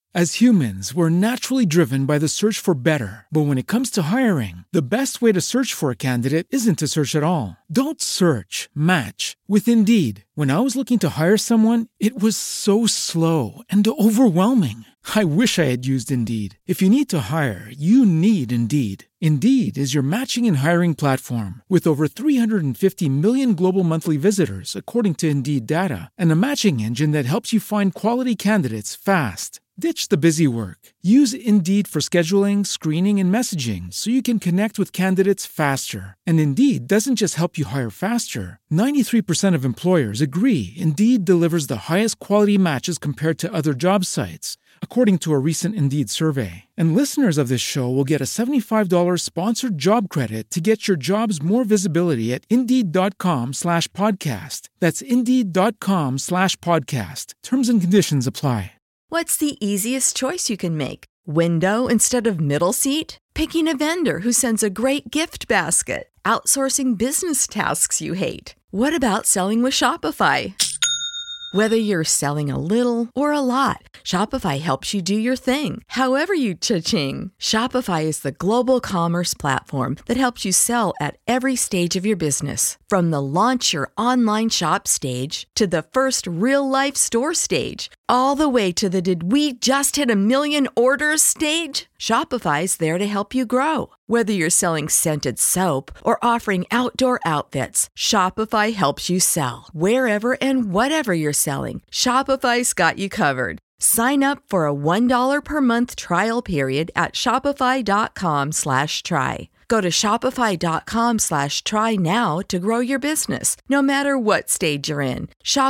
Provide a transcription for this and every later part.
As humans, we're naturally driven by the search for better. But when it comes to hiring, the best way to search for a candidate isn't to search at all. Don't search, match with Indeed. When I was looking to hire someone, it was so slow and overwhelming. I wish I had used Indeed. If you need to hire, you need Indeed. Indeed is your matching and hiring platform with over 350 million global monthly visitors, according to Indeed data, and a matching engine that helps you find quality candidates fast. Ditch the busy work. Use Indeed for scheduling, screening, and messaging so you can connect with candidates faster. And Indeed doesn't just help you hire faster. 93% of employers agree Indeed delivers the highest quality matches compared to other job sites, according to a recent Indeed survey. And listeners of this show will get a $75 sponsored job credit to get your jobs more visibility at Indeed.com/podcast. That's Indeed.com/podcast. Terms and conditions apply. What's the easiest choice you can make? Window instead of middle seat? Picking a vendor who sends a great gift basket? Outsourcing business tasks you hate? What about selling with Shopify? Whether you're selling a little or a lot, Shopify helps you do your thing, however you cha-ching. Shopify is the global commerce platform that helps you sell at every stage of your business. From the launch your online shop stage to the first real-life store stage, all the way to the did we just hit a million orders stage? Shopify's there to help you grow. Whether you're selling scented soap or offering outdoor outfits, Shopify helps you sell. Wherever and whatever you're selling, Shopify's got you covered. Sign up for a $1 per month trial period at shopify.com/try. Go to shopify.com/try now to grow your business, no matter what stage you're in.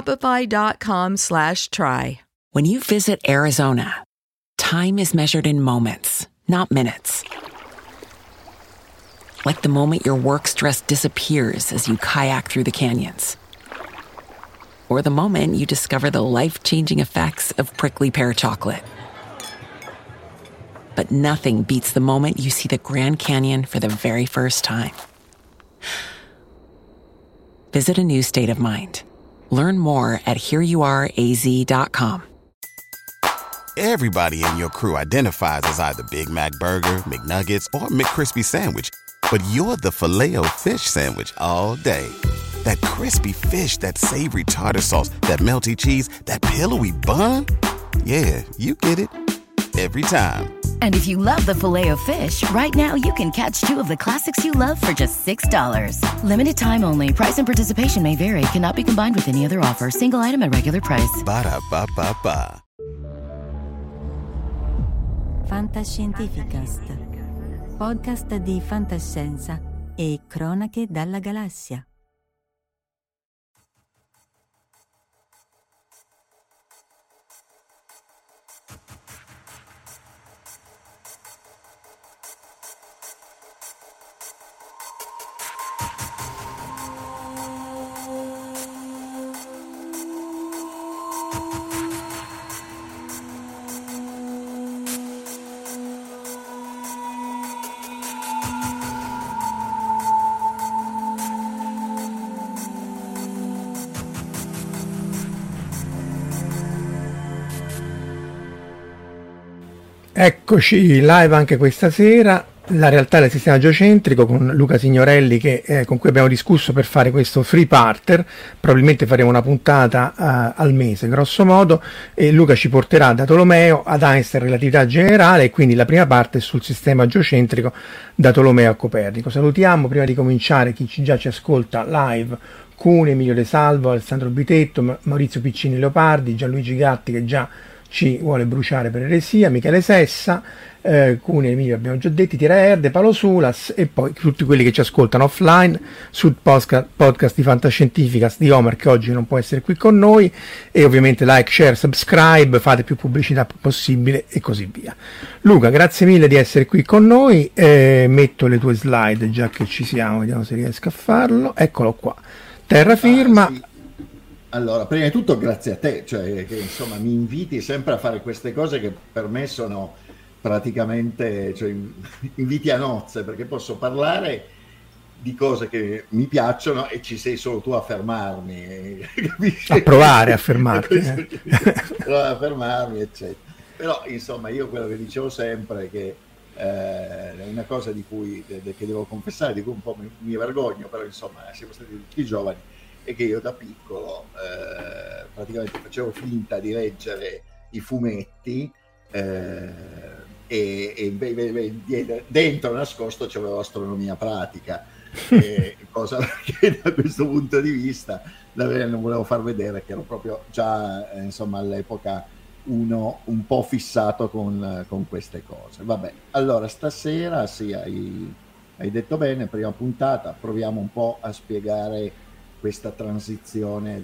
Shopify.com/try. When you visit Arizona, time is measured in moments, not minutes. Like the moment your work stress disappears as you kayak through the canyons. Or the moment you discover the life-changing effects of prickly pear chocolate. But nothing beats the moment you see the Grand Canyon for the very first time. Visit a new state of mind. Learn more at hereyouareaz.com. Everybody in your crew identifies as either Big Mac Burger, McNuggets, or McCrispy Sandwich. But you're the Filet-O-Fish Sandwich all day. That crispy fish, that savory tartar sauce, that melty cheese, that pillowy bun. Yeah, you get it. Every time. And if you love the Filet-O-Fish, right now you can catch two of the classics you love for just $6. Limited time only. Price and participation may vary. Cannot be combined with any other offer. Single item at regular price. Ba-da-ba-ba-ba. Fantascientificast, podcast di fantascienza e cronache dalla galassia. Eccoci live anche questa sera, la realtà del sistema geocentrico con Luca Signorelli con cui abbiamo discusso per fare questo free parter. Probabilmente faremo una puntata al mese grosso modo, e Luca ci porterà da Tolomeo ad Einstein relatività generale, e quindi la prima parte è sul sistema geocentrico da Tolomeo a Copernico. Salutiamo prima di cominciare chi già ci ascolta live: Cune, Emilio De Salvo, Alessandro Bitetto, Maurizio Piccini Leopardi, Gianluigi Gatti che già ci vuole bruciare per eresia, Michele Sessa, Cuni e Emilio abbiamo già detti, Tira Erde, Paolo Sulas, e poi tutti quelli che ci ascoltano offline sul podcast di Fantascientificast di Omar, che oggi non può essere qui con noi, e ovviamente like, share, subscribe, fate più pubblicità possibile e così via. Luca, grazie mille di essere qui con noi. Metto le tue slide già che ci siamo, vediamo se riesco a farlo. Eccolo qua, terrafirma. Sì. Allora, prima di tutto grazie a te, cioè che insomma mi inviti sempre a fare queste cose che per me sono praticamente, cioè, inviti a nozze, perché posso parlare di cose che mi piacciono e ci sei solo tu a fermarmi, capisci? A provare a fermarti. A fermarmi, eccetera. Però insomma io quello che dicevo sempre è che è una cosa di cui che devo confessare, di cui un po' mi vergogno, però insomma siamo stati tutti giovani, e che io da piccolo praticamente facevo finta di leggere i fumetti, e dentro nascosto c'avevo astronomia pratica, cosa che da questo punto di vista non volevo far vedere che ero proprio già insomma all'epoca uno un po' fissato con queste cose. Vabbè, allora stasera sì, hai detto bene, prima puntata, proviamo un po' a spiegare questa transizione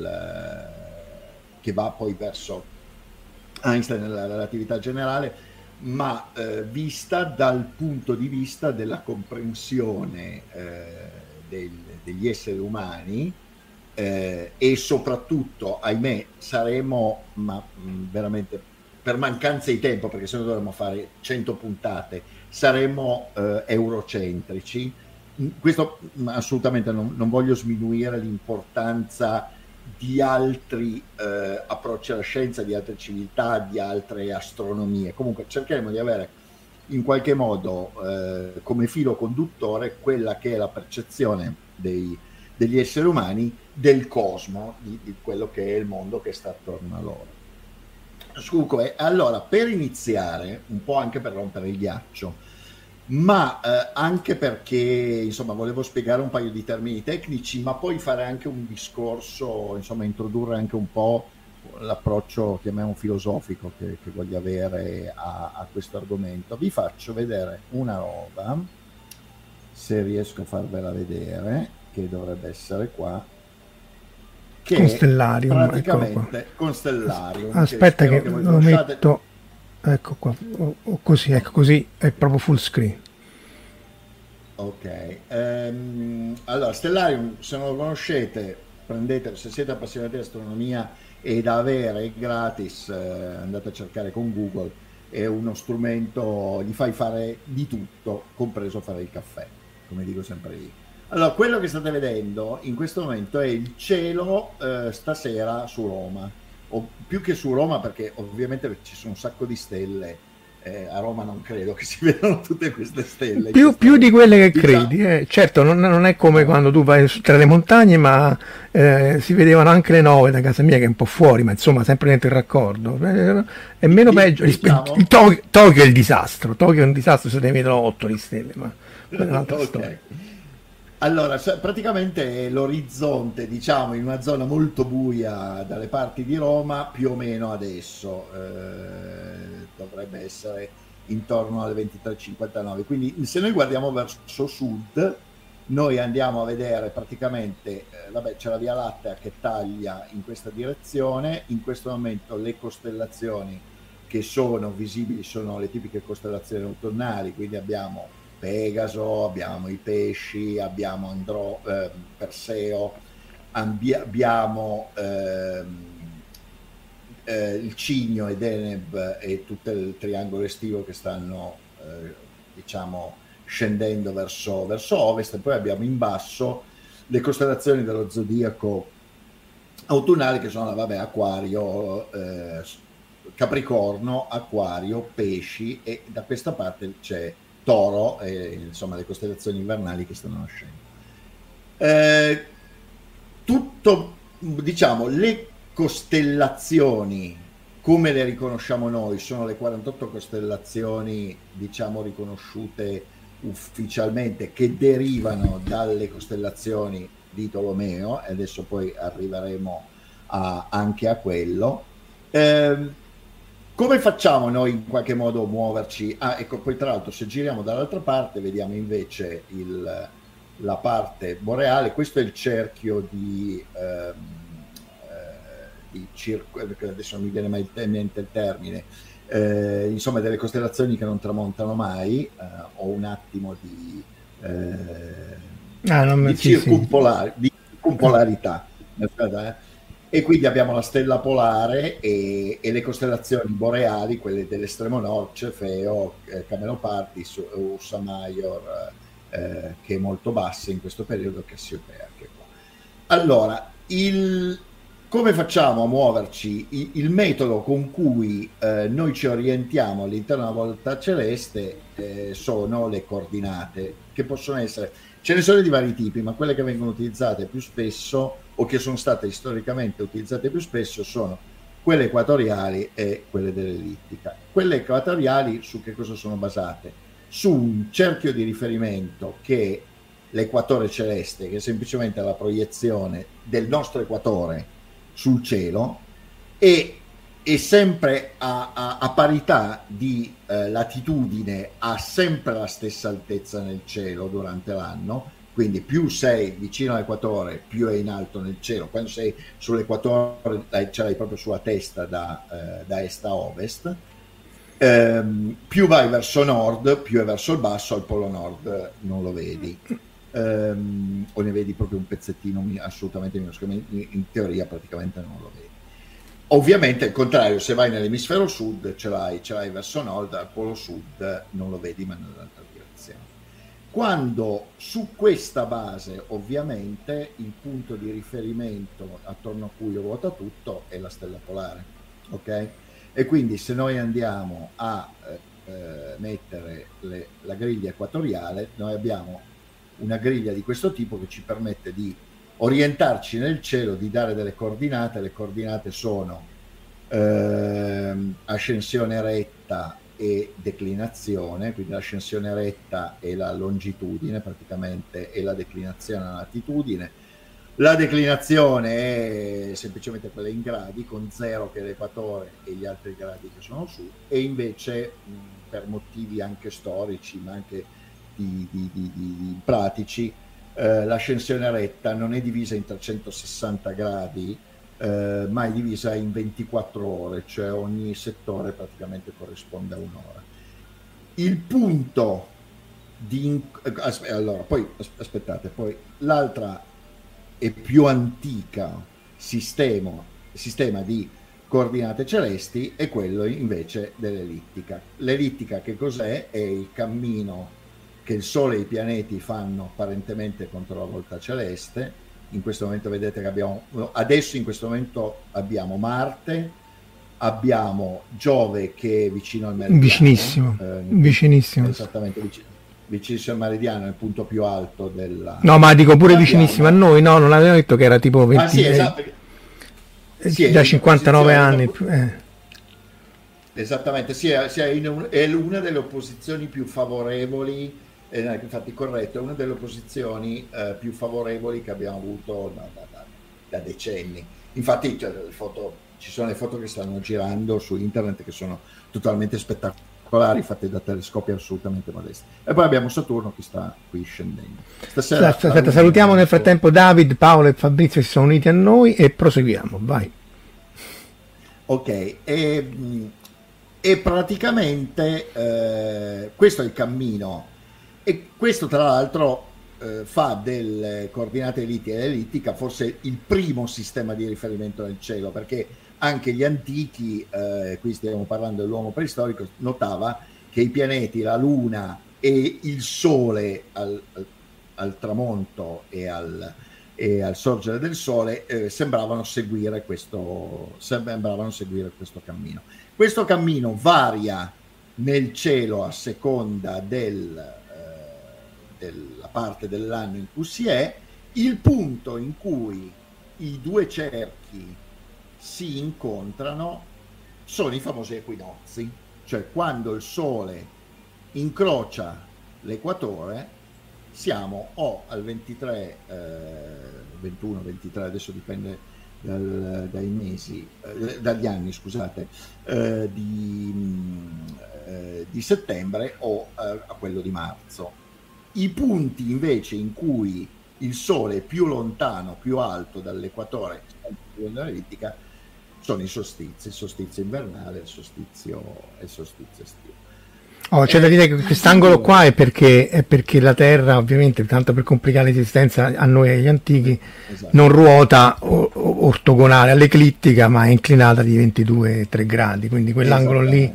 che va poi verso Einstein nella relatività generale, ma vista dal punto di vista della comprensione degli esseri umani, e soprattutto, ahimè, saremo, ma veramente per mancanza di tempo, perché se no dovremmo fare 100 puntate, saremo eurocentrici. Questo assolutamente non voglio sminuire l'importanza di altri approcci alla scienza, di altre civiltà, di altre astronomie. Comunque cercheremo di avere in qualche modo come filo conduttore quella che è la percezione degli esseri umani del cosmo, di quello che è il mondo che sta attorno a loro. Comunque, allora, per iniziare, un po' anche per rompere il ghiaccio, ma anche perché insomma volevo spiegare un paio di termini tecnici, ma poi fare anche un discorso, insomma introdurre anche un po' l'approccio, chiamiamo filosofico, che voglio avere a questo argomento. Vi faccio vedere una roba, se riesco a farvela vedere, che dovrebbe essere qua, che Constellarium, è praticamente Constellarium. Aspetta che lo metto, ecco qua, o così, ecco, così è proprio full screen. Ok, allora Stellarium, se non lo conoscete, prendete, se siete appassionati di astronomia, e da avere gratis, andate a cercare con Google, è uno strumento, gli fai fare di tutto, compreso fare il caffè, come dico sempre io. Allora, quello che state vedendo in questo momento è il cielo stasera su Roma, o più che su Roma, perché ovviamente ci sono un sacco di stelle. A Roma non credo che si vedano tutte queste stelle. Più di quelle che credi. Certo, non è come quando tu vai tra le montagne, ma si vedevano anche le 9 da casa mia, che è un po' fuori, ma insomma sempre dentro il raccordo. È meno peggio. Diciamo... Tokyo è il disastro. Tokyo è un disastro se ne vedono 8 di stelle, ma quella è un'altra storia. Allora, praticamente l'orizzonte, diciamo, in una zona molto buia dalle parti di Roma, più o meno adesso, dovrebbe essere intorno alle 23:59. Quindi se noi guardiamo verso sud, noi andiamo a vedere praticamente, vabbè, c'è la Via Lattea che taglia in questa direzione. In questo momento le costellazioni che sono visibili sono le tipiche costellazioni autunnali, quindi abbiamo Pegaso, abbiamo i pesci, abbiamo Perseo, abbiamo il Cigno e Deneb e tutto il triangolo estivo che stanno diciamo scendendo verso ovest, e poi abbiamo in basso le costellazioni dello zodiaco autunnali, che sono vabbè, Acquario, Capricorno, Acquario, Pesci, e da questa parte c'è Toro, insomma le costellazioni invernali che stanno nascendo. Tutto, diciamo, le costellazioni come le riconosciamo noi sono le 48 costellazioni, diciamo, riconosciute ufficialmente, che derivano dalle costellazioni di Tolomeo, e adesso poi arriveremo anche a quello. Come facciamo noi in qualche modo a muoverci? Ecco, poi tra l'altro se giriamo dall'altra parte vediamo invece la parte boreale. Questo è il cerchio di circo, adesso non mi viene mai in mente il termine, insomma delle costellazioni che non tramontano mai, o un attimo di circumpolarità. E quindi abbiamo la stella polare e le costellazioni boreali, quelle dell'estremo nord, Cefeo, Camelopardi, Ursa Major, che è molto bassa in questo periodo, Cassiopea. Allora, come facciamo a muoverci? Il metodo con cui noi ci orientiamo all'interno della volta celeste sono le coordinate, che possono essere, ce ne sono di vari tipi, ma quelle che vengono utilizzate più spesso o che sono state storicamente utilizzate più spesso sono quelle equatoriali e quelle dell'ellittica. Quelle equatoriali su che cosa sono basate? Su un cerchio di riferimento che è l'equatore celeste, che è semplicemente la proiezione del nostro equatore sul cielo, e sempre a parità di latitudine, ha sempre la stessa altezza nel cielo durante l'anno, quindi più sei vicino all'equatore più è in alto nel cielo. Quando sei sull'equatore ce l'hai proprio sulla testa da est a ovest, più vai verso nord più è verso il basso, al polo nord non lo vedi, o ne vedi proprio un pezzettino assolutamente minuscolo, in teoria praticamente non lo vedi. Ovviamente al contrario, se vai nell'emisfero sud ce l'hai verso nord, al polo sud non lo vedi, ma nell'altra direzione. Quando su questa base, ovviamente il punto di riferimento attorno a cui ruota tutto è la stella polare, ok? E quindi se noi andiamo a mettere la griglia equatoriale, noi abbiamo una griglia di questo tipo che ci permette di orientarci nel cielo, di dare delle coordinate. Le coordinate sono ascensione retta e declinazione, quindi l'ascensione retta è la longitudine praticamente e la declinazione è la latitudine. La declinazione è semplicemente quella in gradi, con 0 che è l'equatore e gli altri gradi che sono su, e invece per motivi anche storici ma anche di pratici, l'ascensione retta non è divisa in 360 gradi, ma è divisa in 24 ore, cioè ogni settore praticamente corrisponde a un'ora. Il punto allora, poi aspettate, poi l'altra e più antica sistema di coordinate celesti è quello invece dell'ellittica. L'ellittica che cos'è? È il cammino che il Sole e i pianeti fanno apparentemente contro la volta celeste. In questo momento vedete che in questo momento abbiamo Marte, abbiamo Giove che è vicino al meridiano, vicinissimo, esattamente vicinissimo al meridiano, è il punto più alto della... No, ma dico pure vicinissimo a noi, no, non avevano detto che era tipo 20, sì, esatto. Da 59 anni. Esattamente, è una delle opposizioni più favorevoli, infatti corretto, è una delle opposizioni più favorevoli che abbiamo avuto da decenni. Infatti ci sono le foto che stanno girando su internet che sono totalmente spettacolari, fatte da telescopi assolutamente modesti. E poi abbiamo Saturno che sta qui scendendo. Stasera aspetta, salutiamo nel frattempo David, Paolo e Fabrizio che si sono uniti a noi e proseguiamo, vai. Ok, e praticamente questo è il cammino, e questo tra l'altro fa delle coordinate ellittiche e ellittica forse il primo sistema di riferimento nel cielo, perché anche gli antichi, qui stiamo parlando dell'uomo preistorico, notava che i pianeti, la Luna e il Sole al tramonto e al sorgere del Sole sembravano seguire questo cammino. Questo cammino varia nel cielo a seconda della parte dell'anno in cui si è. Il punto in cui i due cerchi si incontrano sono i famosi equinozi, cioè quando il Sole incrocia l'equatore. Siamo al 23, 21, 23, adesso dipende dai mesi, dagli anni, scusate, di settembre o a quello di marzo. I punti invece in cui il Sole è più lontano, più alto dall'equatore, dell'ellittica, sono i solstizi, il solstizio invernale e il solstizio estivo. C'è da dire che quest'angolo qua è perché la Terra, ovviamente, tanto per complicare l'esistenza a noi e agli antichi, esatto, non ruota ortogonale all'eclittica, ma è inclinata di 22-3 gradi, quindi quell'angolo lì.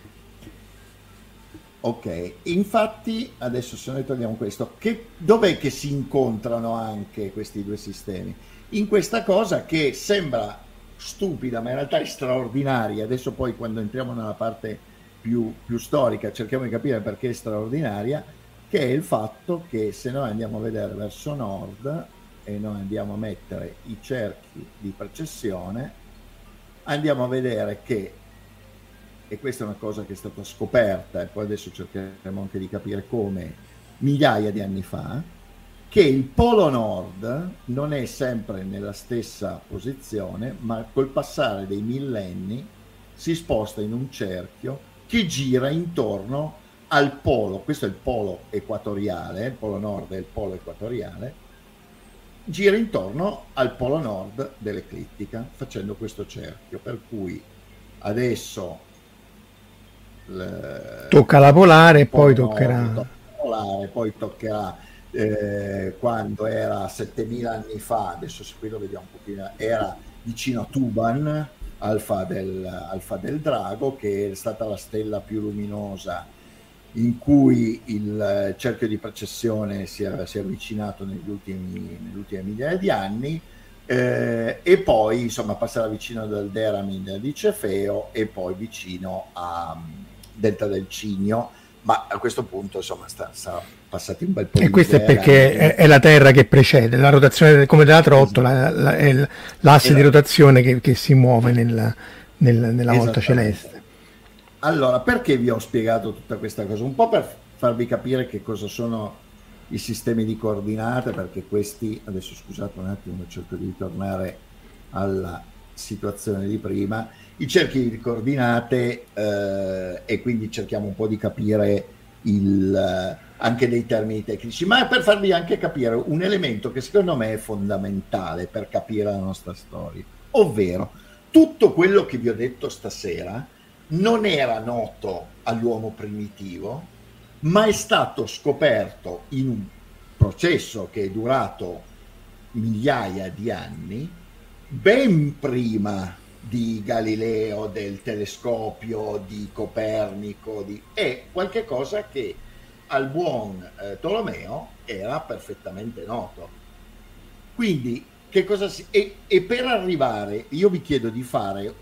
Ok, infatti adesso se noi togliamo questo, dov'è che si incontrano anche questi due sistemi? In questa cosa che sembra stupida, ma in realtà è straordinaria. Adesso poi, quando entriamo nella parte più storica, cerchiamo di capire perché è straordinaria, che è il fatto che se noi andiamo a vedere verso nord e noi andiamo a mettere i cerchi di precessione, andiamo a vedere che, e questa è una cosa che è stata scoperta, e poi adesso cercheremo anche di capire come, migliaia di anni fa, che il polo nord non è sempre nella stessa posizione, ma col passare dei millenni si sposta in un cerchio che gira intorno al polo. Questo è il polo equatoriale, il polo nord è il polo equatoriale, gira intorno al polo nord dell'eclittica facendo questo cerchio, per cui adesso tocca la polare e poi toccherà poi toccherà quando era 7000 anni fa, adesso qui lo vediamo un pochino, era vicino a Tuban, Alfa del Drago, che è stata la stella più luminosa in cui il cerchio di precessione si è avvicinato negli ultimi migliaia di anni, e poi insomma passerà vicino al Deramin di Cefeo e poi vicino a Delta del Cigno, ma a questo punto insomma sarà passati un bel po' di tempo. E questo è perché è la Terra che precede, la rotazione come della trottola, è l'asse di rotazione che si muove nella volta celeste. Allora, perché vi ho spiegato tutta questa cosa? Un po' per farvi capire che cosa sono i sistemi di coordinate, perché questi, adesso scusate un attimo, cerco di ritornare alla situazione di prima, i cerchi di coordinate, e quindi cerchiamo un po' di capire anche dei termini tecnici, ma per farvi anche capire un elemento che secondo me è fondamentale per capire la nostra storia, ovvero tutto quello che vi ho detto stasera non era noto all'uomo primitivo, ma è stato scoperto in un processo che è durato migliaia di anni, ben prima di Galileo, del telescopio, di Copernico, è qualche cosa che al buon Tolomeo era perfettamente noto. Quindi che cosa e per arrivare, io vi chiedo di fare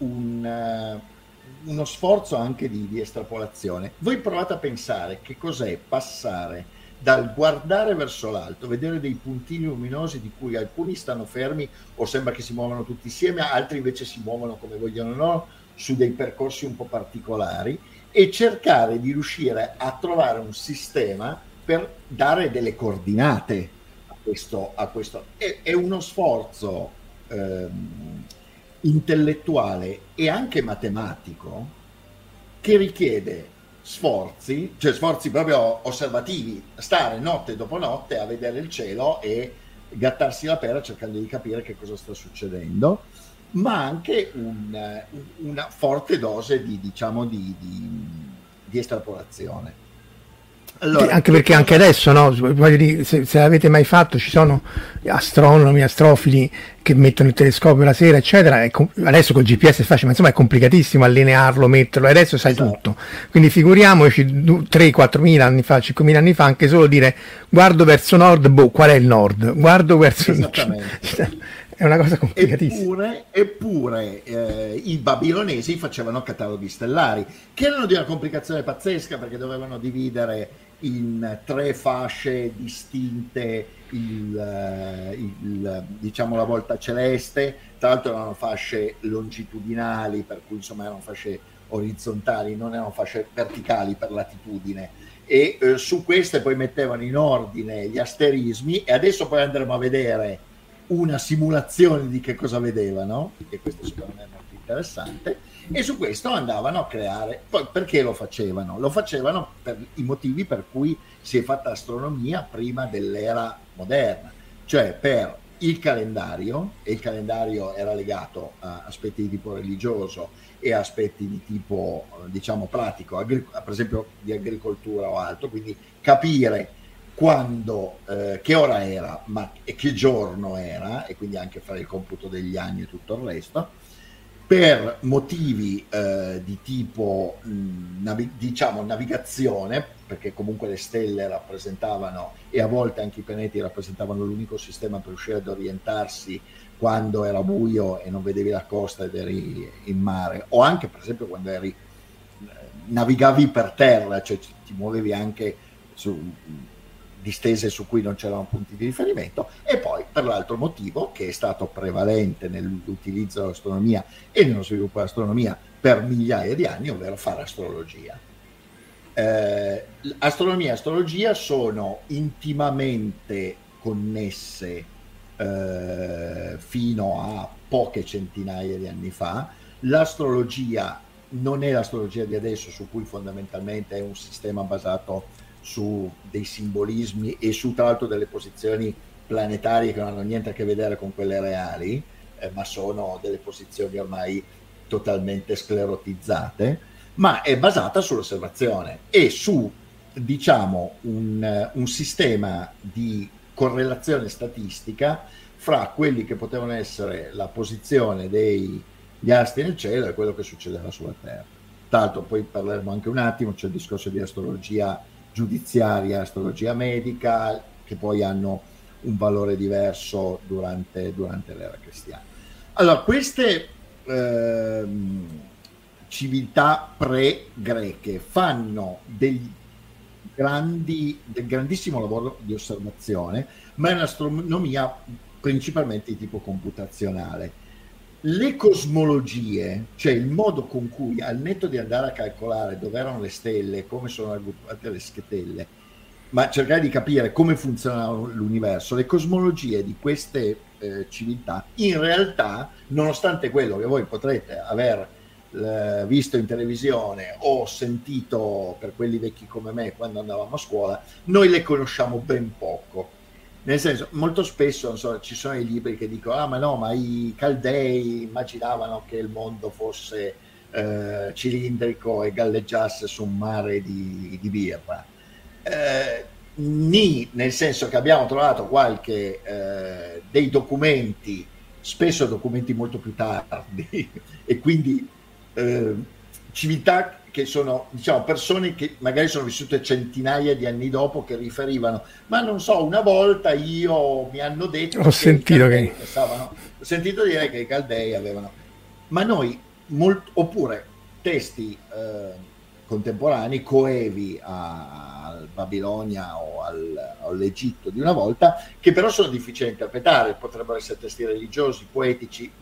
uno sforzo anche di estrapolazione. Voi provate a pensare che cos'è passare dal guardare verso l'alto, vedere dei puntini luminosi di cui alcuni stanno fermi o sembra che si muovano tutti insieme, altri invece si muovono come vogliono loro su dei percorsi un po' particolari, e cercare di riuscire a trovare un sistema per dare delle coordinate a questo. È uno sforzo intellettuale e anche matematico che richiede sforzi proprio osservativi, stare notte dopo notte a vedere il cielo e gattarsi la pera cercando di capire che cosa sta succedendo, ma anche una forte dose di estrapolazione. Allora, anche perché anche adesso, no, voglio dire, se l'avete mai fatto, ci sono astronomi, astrofili che mettono il telescopio la sera, eccetera. Adesso col GPS è facile, ma insomma è complicatissimo allinearlo, metterlo, e adesso sai tutto. Quindi figuriamoci 3-4 mila anni fa, 5 mila anni fa, anche solo dire guardo verso nord, qual è il nord? Guardo verso è una cosa complicatissima. Eppure i babilonesi facevano cataloghi stellari, che erano di una complicazione pazzesca, perché dovevano dividere in 3 fasce distinte diciamo la volta celeste. Tra l'altro erano fasce longitudinali, per cui insomma erano fasce orizzontali, non erano fasce verticali per latitudine, e su queste poi mettevano in ordine gli asterismi, e adesso poi andremo a vedere una simulazione di che cosa vedevano, e questo secondo me è molto interessante, e su questo andavano a creare. Poi perché lo facevano? Lo facevano per i motivi per cui si è fatta astronomia prima dell'era moderna, cioè per il calendario, e il calendario era legato a aspetti di tipo religioso e a aspetti di tipo diciamo pratico, per esempio di agricoltura o altro, quindi capire quando, che ora era, e che giorno era, e quindi anche fare il computo degli anni e tutto il resto. per motivi di tipo diciamo navigazione, perché comunque le stelle rappresentavano, e a volte anche i pianeti rappresentavano l'unico sistema per riuscire ad orientarsi quando era buio e non vedevi la costa ed eri in mare, o anche per esempio quando navigavi per terra, cioè ti muovevi anche su distese su cui non c'erano punti di riferimento. E poi per l'altro motivo che è stato prevalente nell'utilizzo dell'astronomia e nello sviluppo dell'astronomia per migliaia di anni, ovvero fare astrologia. Astronomia e astrologia sono intimamente connesse fino a poche centinaia di anni fa. L'astrologia non è l'astrologia di adesso, su cui fondamentalmente è un sistema basato su dei simbolismi e su tra l'altro delle posizioni planetarie che non hanno niente a che vedere con quelle reali, ma sono delle posizioni ormai totalmente sclerotizzate, ma è basata sull'osservazione e su, diciamo, un sistema di correlazione statistica fra quelli che potevano essere la posizione degli astri nel cielo e quello che succedeva sulla Terra. Tra l'altro poi parleremo anche un attimo, c'è il discorso di astrologia giudiziaria, astrologia medica, che poi hanno un valore diverso durante l'era cristiana. Allora, queste civiltà pre-greche fanno del grandissimo lavoro di osservazione, ma è un'astronomia principalmente di tipo computazionale. Le cosmologie, cioè il modo con cui, al netto di andare a calcolare dove erano le stelle, come sono raggruppate le stelle, ma cercare di capire come funziona l'universo, le cosmologie di queste civiltà, in realtà, nonostante quello che voi potrete aver visto in televisione o sentito per quelli vecchi come me quando andavamo a scuola, noi le conosciamo ben poco. Nel senso, molto spesso non so, ci sono i libri che dicono ma i Caldei immaginavano che il mondo fosse cilindrico e galleggiasse su un mare di birra. Nel senso che abbiamo trovato dei documenti, spesso documenti molto più tardi, e quindi civiltà che sono, diciamo, persone che magari sono vissute centinaia di anni dopo, che riferivano, ma non so, una volta mi hanno detto, ho sentito dire che i Caldei avevano, ma noi oppure testi contemporanei coevi al Babilonia o all'Egitto di una volta, che però sono difficili da interpretare, potrebbero essere testi religiosi, poetici,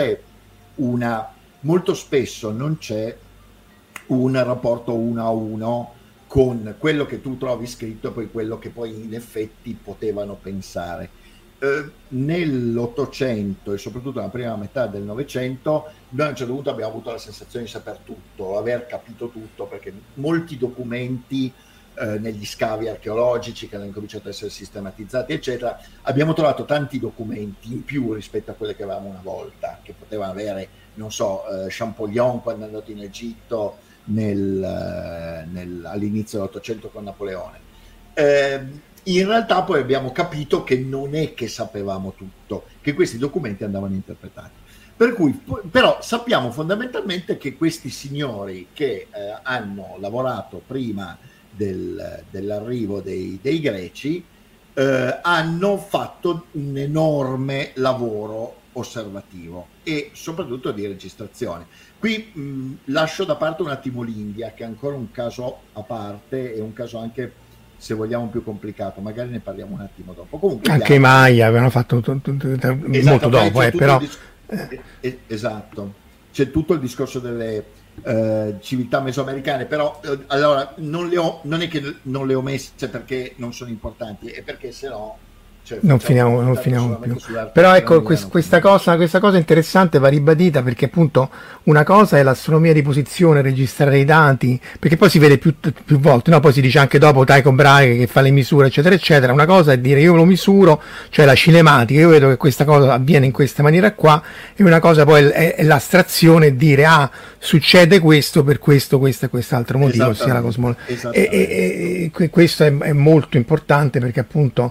molto spesso non c'è un rapporto 1 a 1 con quello che tu trovi scritto e poi quello che poi in effetti potevano pensare. Nell'Ottocento e soprattutto nella prima metà del Novecento noi a un certo punto abbiamo avuto la sensazione di saper tutto, aver capito tutto, perché molti documenti negli scavi archeologici che hanno incominciato ad essere sistematizzati eccetera, abbiamo trovato tanti documenti in più rispetto a quelle che avevamo una volta, che potevano avere, non so, Champollion quando è andato in Egitto all'inizio dell'Ottocento con Napoleone. In realtà poi abbiamo capito che non è che sapevamo tutto, che questi documenti andavano interpretati. Per cui, però sappiamo fondamentalmente che questi signori che hanno lavorato prima dell'arrivo dei greci hanno fatto un enorme lavoro osservativo e soprattutto di registrazione. Qui lascio da parte un attimo l'India, che è ancora un caso a parte e un caso anche, se vogliamo, più complicato, magari ne parliamo un attimo dopo. Comunque, anche i Maya avevano fatto molto dopo, però esatto, c'è tutto il discorso delle civiltà mesoamericane, però allora non è che non le ho messe perché non sono importanti, è perché sennò non finiamo più. Però ecco, questa cosa interessante va ribadita, perché appunto una cosa è l'astronomia di posizione, registrare i dati, perché poi si vede più volte, no? Poi si dice anche dopo Tycho Brahe che fa le misure eccetera eccetera. Una cosa è dire io lo misuro, cioè la cinematica, io vedo che questa cosa avviene in questa maniera qua, e una cosa poi è l'astrazione e dire succede questo per questo e quest'altro motivo, sia la cosmologia. E questo è molto importante, perché appunto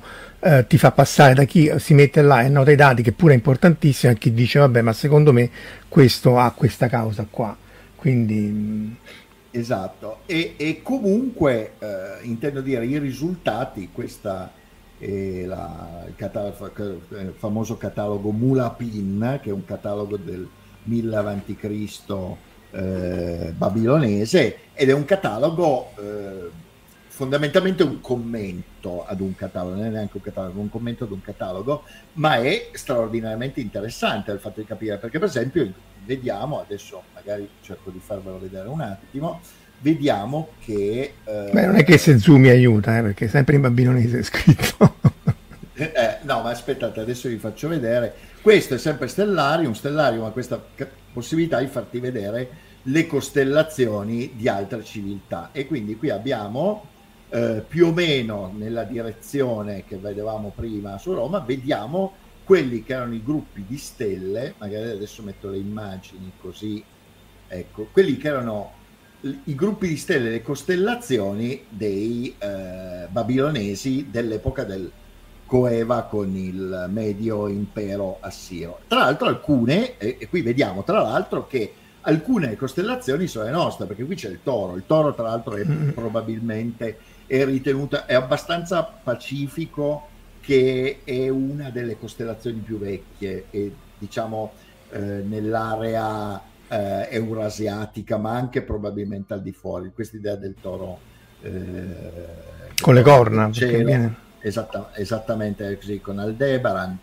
ti fa passare da chi si mette là e nota i dati, che pure è importantissimo, a chi dice vabbè, ma secondo me questo ha questa causa qua, quindi esatto. E comunque intendo dire, i risultati, questa è il famoso catalogo Mulapin, che è un catalogo del 1000 a.C. Babilonese, ed è un catalogo fondamentalmente un commento ad un catalogo, non è neanche un catalogo, un commento ad un catalogo, ma è straordinariamente interessante il fatto di capire, perché per esempio vediamo, adesso magari cerco di farvelo vedere un attimo, vediamo che beh, non è che se zoomi aiuta, perché sempre in babilonese è scritto. No, ma aspettate, adesso vi faccio vedere. Questo è sempre Stellarium ha questa possibilità di farti vedere le costellazioni di altre civiltà, e quindi qui abbiamo più o meno nella direzione che vedevamo prima su Roma, vediamo quelli che erano i gruppi di stelle, magari adesso metto le immagini così, ecco, quelli che erano i gruppi di stelle, le costellazioni dei babilonesi dell'epoca del coeva con il medio impero assiro. Tra l'altro alcune, e qui vediamo tra l'altro che alcune costellazioni sono le nostre, perché qui c'è il toro tra l'altro è probabilmente è ritenuta, è abbastanza pacifico che è una delle costellazioni più vecchie, e diciamo nell'area eurasiatica, ma anche probabilmente al di fuori. Questa idea del toro con le corna, perché viene... esattamente così, con Aldebaran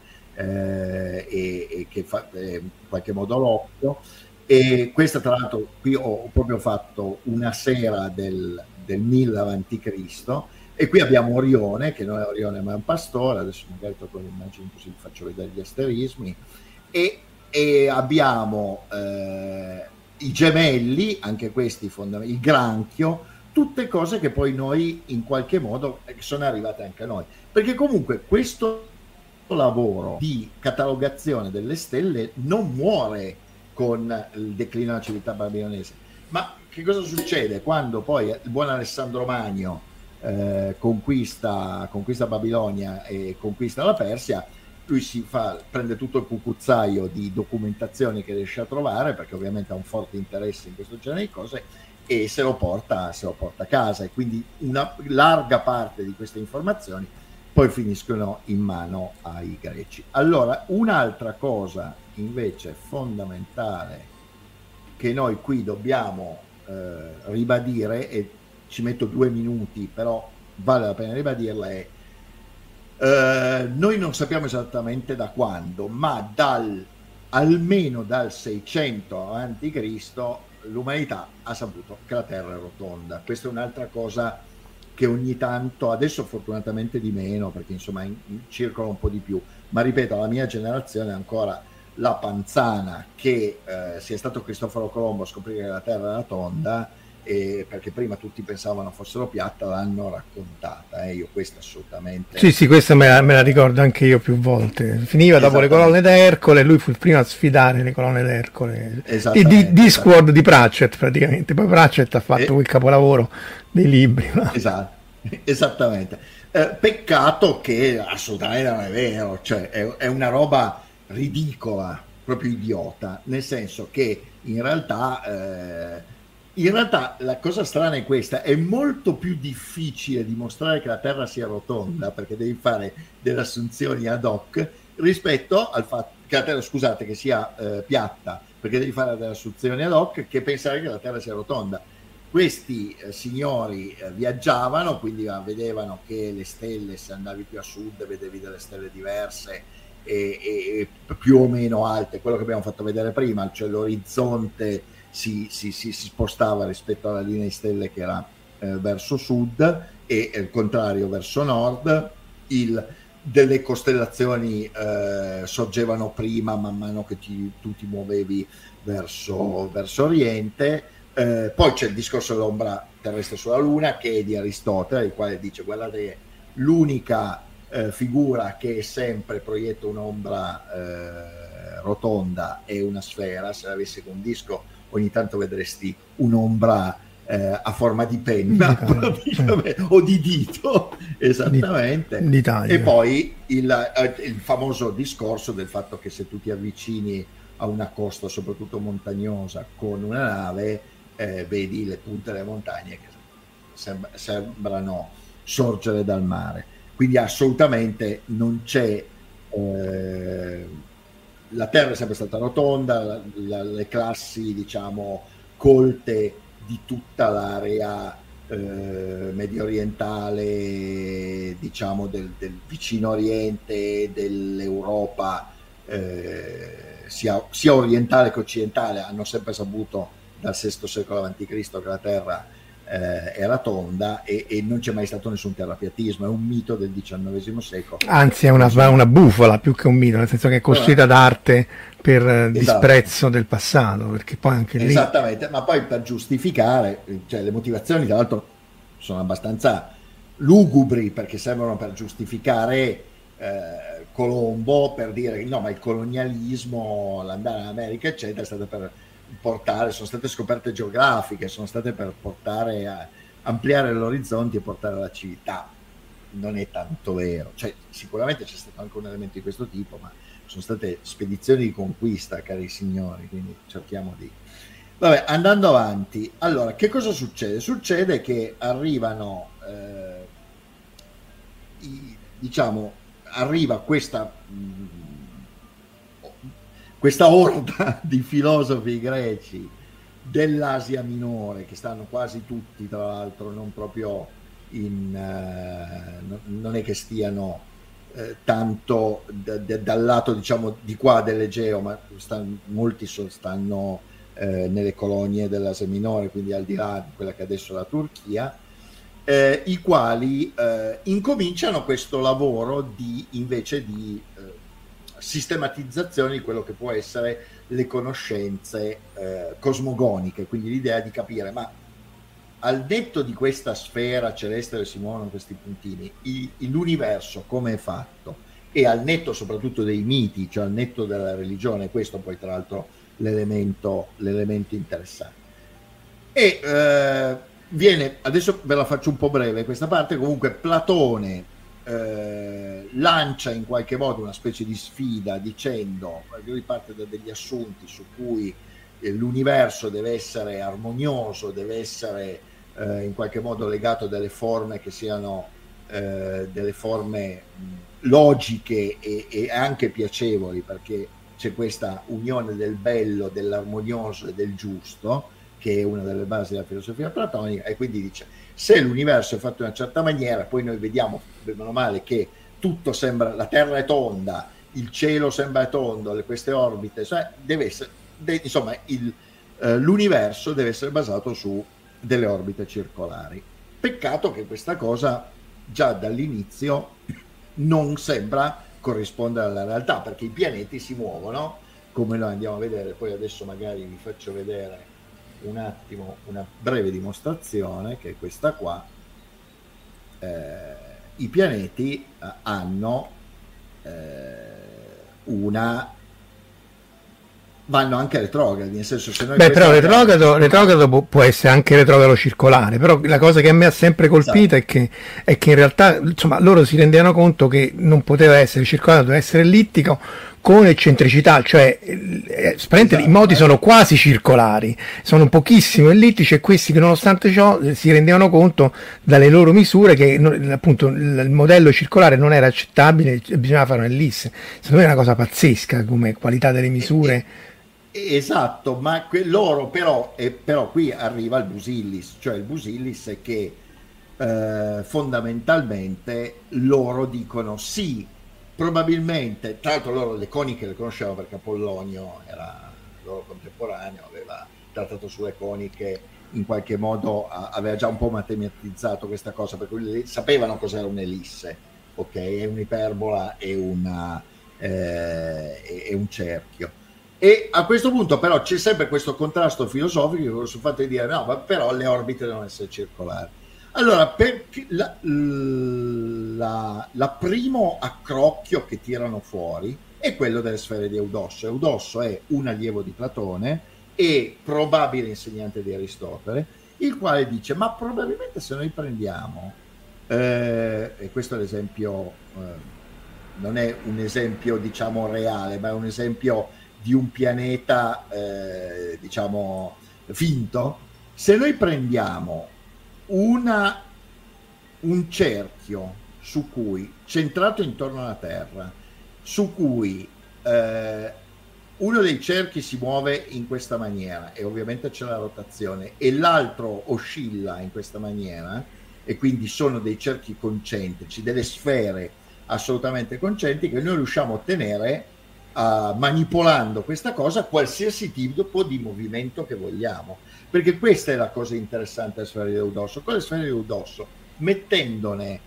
e che fa in qualche modo l'occhio. E questa tra l'altro qui ho proprio fatto una sera del 1000 a.C. e qui abbiamo Orione, che non è Orione ma è un pastore, adesso magari tolgo l'immagine così vi faccio vedere gli asterismi, e abbiamo i gemelli, anche questi il granchio, tutte cose che poi noi in qualche modo sono arrivate anche a noi, perché comunque questo lavoro di catalogazione delle stelle non muore con il declino della civiltà babilonese. Ma che cosa succede quando poi il buon Alessandro Magno conquista Babilonia e conquista la Persia? Lui prende tutto il cucuzzaio di documentazioni che riesce a trovare, perché ovviamente ha un forte interesse in questo genere di cose, e se lo porta a casa, e quindi una larga parte di queste informazioni poi finiscono in mano ai greci. Allora, un'altra cosa invece fondamentale che noi qui dobbiamo ribadire, e ci metto 2 minuti, però vale la pena ribadirla, è noi non sappiamo esattamente da quando, ma almeno dal 600 a.C. l'umanità ha saputo che la Terra è rotonda. Questa è un'altra cosa che ogni tanto, adesso fortunatamente di meno, perché insomma circola un po' di più, ma ripeto, la mia generazione ancora la panzana che sia stato Cristoforo Colombo a scoprire che la Terra era tonda, perché prima tutti pensavano fossero piatta, l'hanno raccontata, io questa assolutamente... Sì, questa me la ricordo anche io più volte. Finiva dopo le colonne d'Ercole, lui fu il primo a sfidare le colonne d'Ercole di Discworld di Pratchett praticamente, poi Pratchett ha fatto quel capolavoro dei libri. Esattamente. Peccato che assolutamente non è vero, cioè è una roba ridicola, proprio idiota, nel senso che in realtà la cosa strana è questa: è molto più difficile dimostrare che la Terra sia rotonda, perché devi fare delle assunzioni ad hoc, rispetto al fatto che la Terra, scusate, che sia piatta, perché devi fare delle assunzioni ad hoc, che pensare che la Terra sia rotonda. Questi signori viaggiavano, quindi vedevano che le stelle, se andavi più a sud vedevi delle stelle diverse e più o meno alte, quello che abbiamo fatto vedere prima, cioè l'orizzonte si spostava rispetto alla linea di stelle che era verso sud, e il contrario verso nord. Delle costellazioni sorgevano prima man mano che tu ti muovevi verso oriente. Poi c'è il discorso dell'ombra terrestre sulla Luna, che è di Aristotele, il quale dice: guardate che l'unica figura che sempre proietta un'ombra rotonda è una sfera. Se l'avessi con un disco ogni tanto vedresti un'ombra a forma di penna o di dito, esattamente, e poi il famoso discorso del fatto che se tu ti avvicini a una costa soprattutto montagnosa con una nave, vedi le punte delle montagne che sembrano sorgere dal mare, quindi assolutamente non c'è la Terra è sempre stata rotonda, le classi diciamo colte di tutta l'area medio orientale, diciamo del vicino Oriente, dell'Europa, sia orientale che occidentale, hanno sempre saputo dal VI secolo a.C. che la Terra era tonda, e non c'è mai stato nessun terrapiatismo, è un mito del XIX secolo. Anzi, è una bufola più che un mito, nel senso che è costruita d'arte per disprezzo del passato, perché poi anche lì... Esattamente, ma poi per giustificare, cioè le motivazioni tra l'altro sono abbastanza lugubri, perché sembrano per giustificare Colombo, per dire no, ma il colonialismo, l'andare in America eccetera, è stato per portare, sono state scoperte geografiche, sono state per portare a ampliare gli orizzonti e portare alla civiltà. Non è tanto vero, cioè sicuramente c'è stato anche un elemento di questo tipo, ma sono state spedizioni di conquista, cari signori, quindi cerchiamo di... Vabbè, andando avanti, allora, che cosa succede? Succede che arrivano, arriva questa orda di filosofi greci dell'Asia minore, che stanno quasi tutti, tra l'altro, non proprio non è che stiano tanto dal lato diciamo di qua dell'Egeo, ma molti stanno nelle colonie dell'Asia minore, quindi al di là di quella che adesso è la Turchia, i quali incominciano questo lavoro invece di sistematizzazione di quello che può essere le conoscenze cosmogoniche, quindi l'idea di capire, ma al netto di questa sfera celeste dove si muovono questi puntini, l'universo come è fatto, e al netto soprattutto dei miti, cioè al netto della religione, questo poi tra l'altro l'elemento interessante. E adesso ve la faccio un po' breve questa parte, comunque Platone lancia in qualche modo una specie di sfida dicendo, lui parte da degli assunti su cui l'universo deve essere armonioso, deve essere in qualche modo legato a delle forme che siano delle forme logiche e anche piacevoli, perché c'è questa unione del bello, dell'armonioso e del giusto, che è una delle basi della filosofia platonica, e quindi dice, se l'universo è fatto in una certa maniera, poi noi vediamo, meno male, che tutto sembra, la Terra è tonda, il cielo sembra tondo, queste orbite, cioè deve essere, insomma, l'universo deve essere basato su delle orbite circolari. Peccato che questa cosa già dall'inizio non sembra corrispondere alla realtà, perché i pianeti si muovono, come lo andiamo a vedere, poi adesso magari vi faccio vedere un attimo una breve dimostrazione, che è questa qua. I pianeti hanno vanno anche retrogradi, nel senso, se noi però retrogrado può essere anche retrogrado circolare, però la cosa che a me ha sempre colpito è che in realtà, insomma, loro si rendevano conto che non poteva essere circolare, doveva essere ellittico con eccentricità, cioè i modi sono quasi circolari, sono pochissimo ellittici, e questi che nonostante ciò si rendevano conto dalle loro misure che appunto il modello circolare non era accettabile e bisognava fare un'ellisse. Secondo me è una cosa pazzesca come qualità delle misure. Esatto, ma loro però qui arriva il Busillis, cioè il Busillis è che fondamentalmente loro dicono sì, probabilmente, tra l'altro loro le coniche le conoscevano perché Apollonio era loro contemporaneo, aveva trattato sulle coniche, in qualche modo aveva già un po' matematizzato questa cosa, per cui sapevano cos'era un'ellisse, ok, è un'iperbola e un cerchio. E a questo punto però c'è sempre questo contrasto filosofico sul fatto di dire no, ma però le orbite devono essere circolari. Allora, la primo accrocchio che tirano fuori è quello delle sfere di Eudosso. Eudosso è un allievo di Platone e probabile insegnante di Aristotele, il quale dice, ma probabilmente se noi prendiamo, e questo è l'esempio, non è un esempio diciamo reale, ma è un esempio di un pianeta diciamo finto, se noi prendiamo un cerchio su cui, centrato intorno alla Terra, su cui uno dei cerchi si muove in questa maniera e ovviamente c'è la rotazione e l'altro oscilla in questa maniera e quindi sono dei cerchi concentrici, delle sfere assolutamente concentriche, noi riusciamo a ottenere manipolando questa cosa qualsiasi tipo di movimento che vogliamo, perché questa è la cosa interessante delle sfere di Eudolso. Con le sfere di Eudolso, mettendone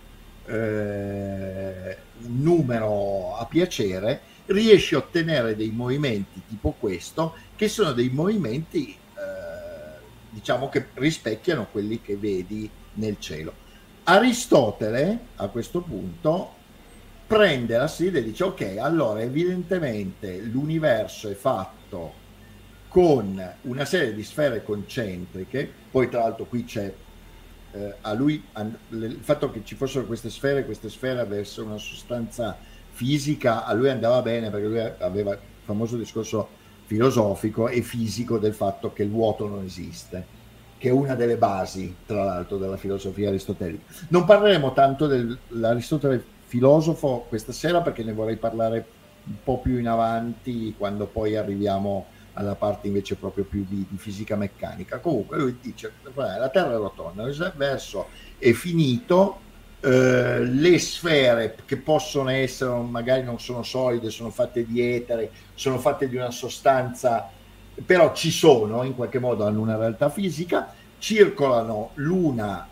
un numero a piacere, riesci a ottenere dei movimenti tipo questo, che sono dei movimenti diciamo che rispecchiano quelli che vedi nel cielo. Aristotele a questo punto prende la sfida e dice ok, allora evidentemente l'universo è fatto con una serie di sfere concentriche, poi tra l'altro qui c'è a lui il fatto che ci fossero queste sfere avessero una sostanza fisica, a lui andava bene perché lui aveva il famoso discorso filosofico e fisico del fatto che il vuoto non esiste, che è una delle basi tra l'altro della filosofia aristotelica. Non parleremo tanto dell'Aristotele filosofo questa sera perché ne vorrei parlare un po' più in avanti quando poi arriviamo alla parte invece proprio più di fisica meccanica. Comunque lui dice la Terra è rotonda, l'universo è finito, le sfere che possono essere magari non sono solide, sono fatte di etere, sono fatte di una sostanza, però ci sono, in qualche modo hanno una realtà fisica, circolano l'una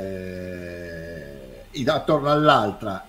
attorno all'altra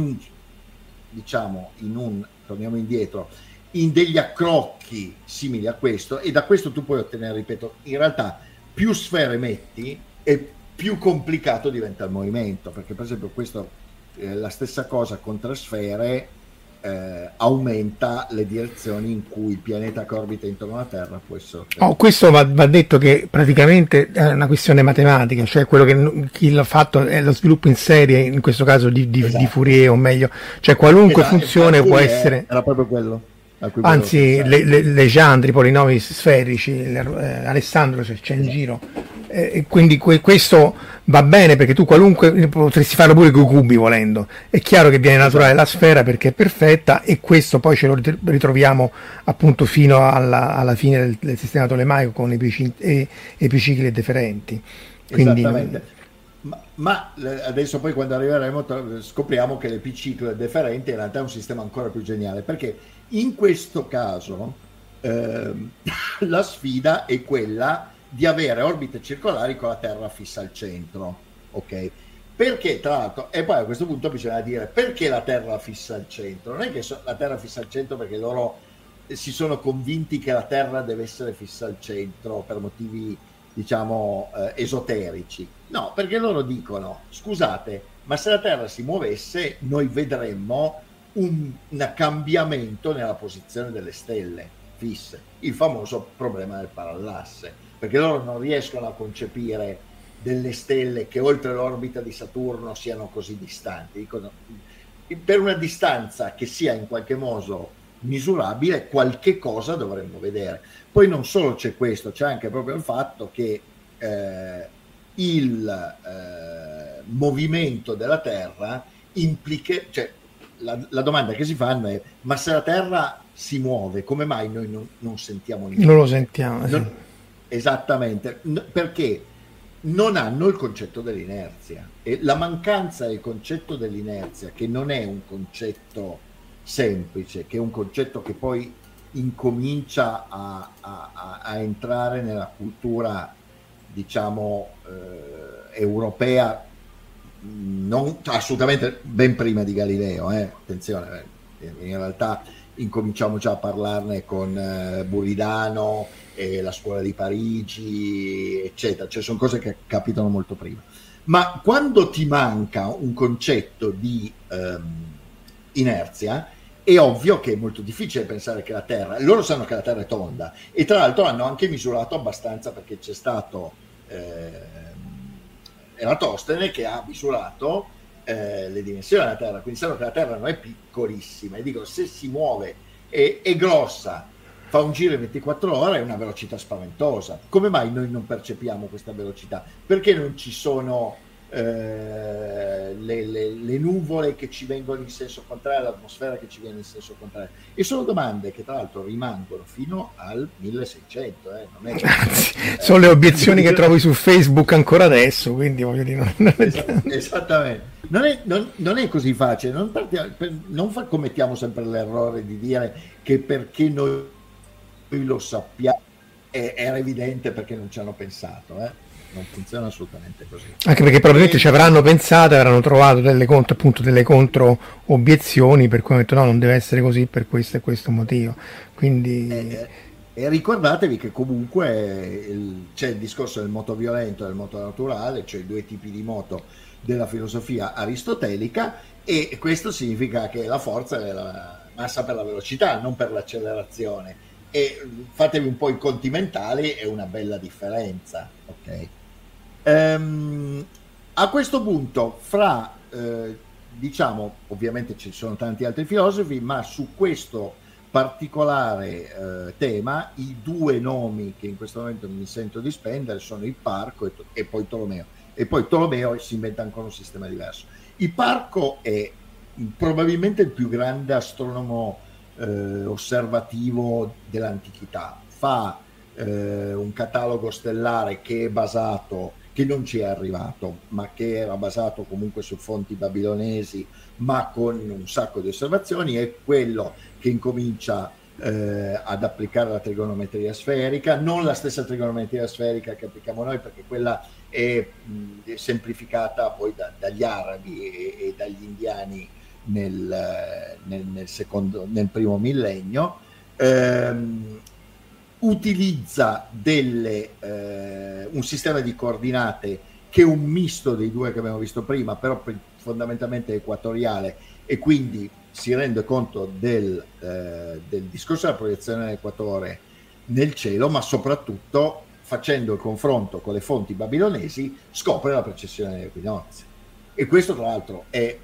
torniamo indietro, in degli accrocchi simili a questo, e da questo tu puoi ottenere, ripeto, in realtà più sfere metti e più complicato diventa il movimento, perché per esempio questo la stessa cosa con 3 sfere aumenta le direzioni in cui il pianeta che orbita intorno alla Terra può essere. Questo va detto che praticamente è una questione matematica, cioè quello che chi l'ha fatto è lo sviluppo in serie, in questo caso di Fourier, o meglio, cioè qualunque funzione può essere. Era proprio quello. Anzi, Legendre, i polinomi sferici, Alessandro c'è in giro. Quindi questo va bene perché tu qualunque potresti farlo pure con i cubi volendo, è chiaro che viene naturale la sfera perché è perfetta, e questo poi ce lo ritroviamo appunto fino alla fine del sistema tolemaico con epicicli e deferenti. Quindi, esattamente, ma adesso poi quando arriveremo scopriamo che l'epiciclo e deferente in realtà è un sistema ancora più geniale, perché in questo caso la sfida è quella di avere orbite circolari con la Terra fissa al centro, ok? Perché tra l'altro, e poi a questo punto bisogna dire perché la Terra fissa al centro. Non è che la Terra fissa al centro perché loro si sono convinti che la Terra deve essere fissa al centro per motivi diciamo esoterici, no, perché loro dicono scusate, ma se la Terra si muovesse noi vedremmo un cambiamento nella posizione delle stelle fisse, il famoso problema del parallasse, perché loro non riescono a concepire delle stelle che oltre l'orbita di Saturno siano così distanti. Dicono, per una distanza che sia in qualche modo misurabile, qualche cosa dovremmo vedere. Poi non solo c'è questo, c'è anche proprio il fatto che il movimento della Terra implica, cioè la domanda che si fanno è: ma se la Terra si muove, come mai noi non sentiamo niente? Non lo sentiamo. Sì. Esattamente, perché non hanno il concetto dell'inerzia, e la mancanza del concetto dell'inerzia, che non è un concetto semplice, che è un concetto che poi incomincia a entrare nella cultura diciamo europea, non assolutamente ben prima di Galileo, attenzione, in realtà incominciamo già a parlarne con Buridano e la scuola di Parigi, eccetera, cioè sono cose che capitano molto prima. Ma quando ti manca un concetto di inerzia, è ovvio che è molto difficile pensare che la Terra, loro sanno che la Terra è tonda, e tra l'altro hanno anche misurato abbastanza, perché c'è stato Eratostene, che ha misurato le dimensioni della Terra, quindi sanno che la Terra non è piccolissima, e dico, se si muove è grossa, fa un giro in 24 ore, è una velocità spaventosa. Come mai noi non percepiamo questa velocità? Perché non ci sono le nuvole che ci vengono in senso contrario, l'atmosfera che ci viene in senso contrario? E sono domande che tra l'altro rimangono fino al 1600. Non è sono le obiezioni che trovi su Facebook ancora adesso, quindi voglio dire, esattamente. Non è così facile, non commettiamo sempre l'errore di dire che perché noi lo sappiamo era evidente perché non ci hanno pensato, non funziona assolutamente così. Anche perché probabilmente ci avranno pensato e avranno trovato delle contro obiezioni, per cui hanno detto no, non deve essere così per questo e questo motivo. Quindi e ricordatevi che comunque c'è il discorso del moto violento e del moto naturale, cioè i due tipi di moto della filosofia aristotelica, e questo significa che la forza è la massa per la velocità, non per l'accelerazione, e fatevi un po' i conti mentali, è una bella differenza, ok? A questo punto, diciamo, ovviamente ci sono tanti altri filosofi, ma su questo particolare tema i due nomi che in questo momento mi sento di spendere sono Ipparco e poi Tolomeo. E poi Tolomeo si inventa ancora un sistema diverso. Ipparco è probabilmente il più grande astronomo osservativo dell'antichità. Fa un catalogo stellare che è basato, che non ci è arrivato, ma che era basato comunque su fonti babilonesi, ma con un sacco di osservazioni. È quello che incomincia ad applicare la trigonometria sferica, non la stessa trigonometria sferica che applichiamo noi, perché quella è semplificata poi dagli arabi e dagli indiani nel primo millennio. Utilizza un sistema di coordinate che è un misto dei due che abbiamo visto prima, però fondamentalmente equatoriale, e quindi si rende conto del discorso della proiezione dell'equatore nel cielo, ma soprattutto, facendo il confronto con le fonti babilonesi, scopre la precessione degli equinozi. E questo tra l'altro è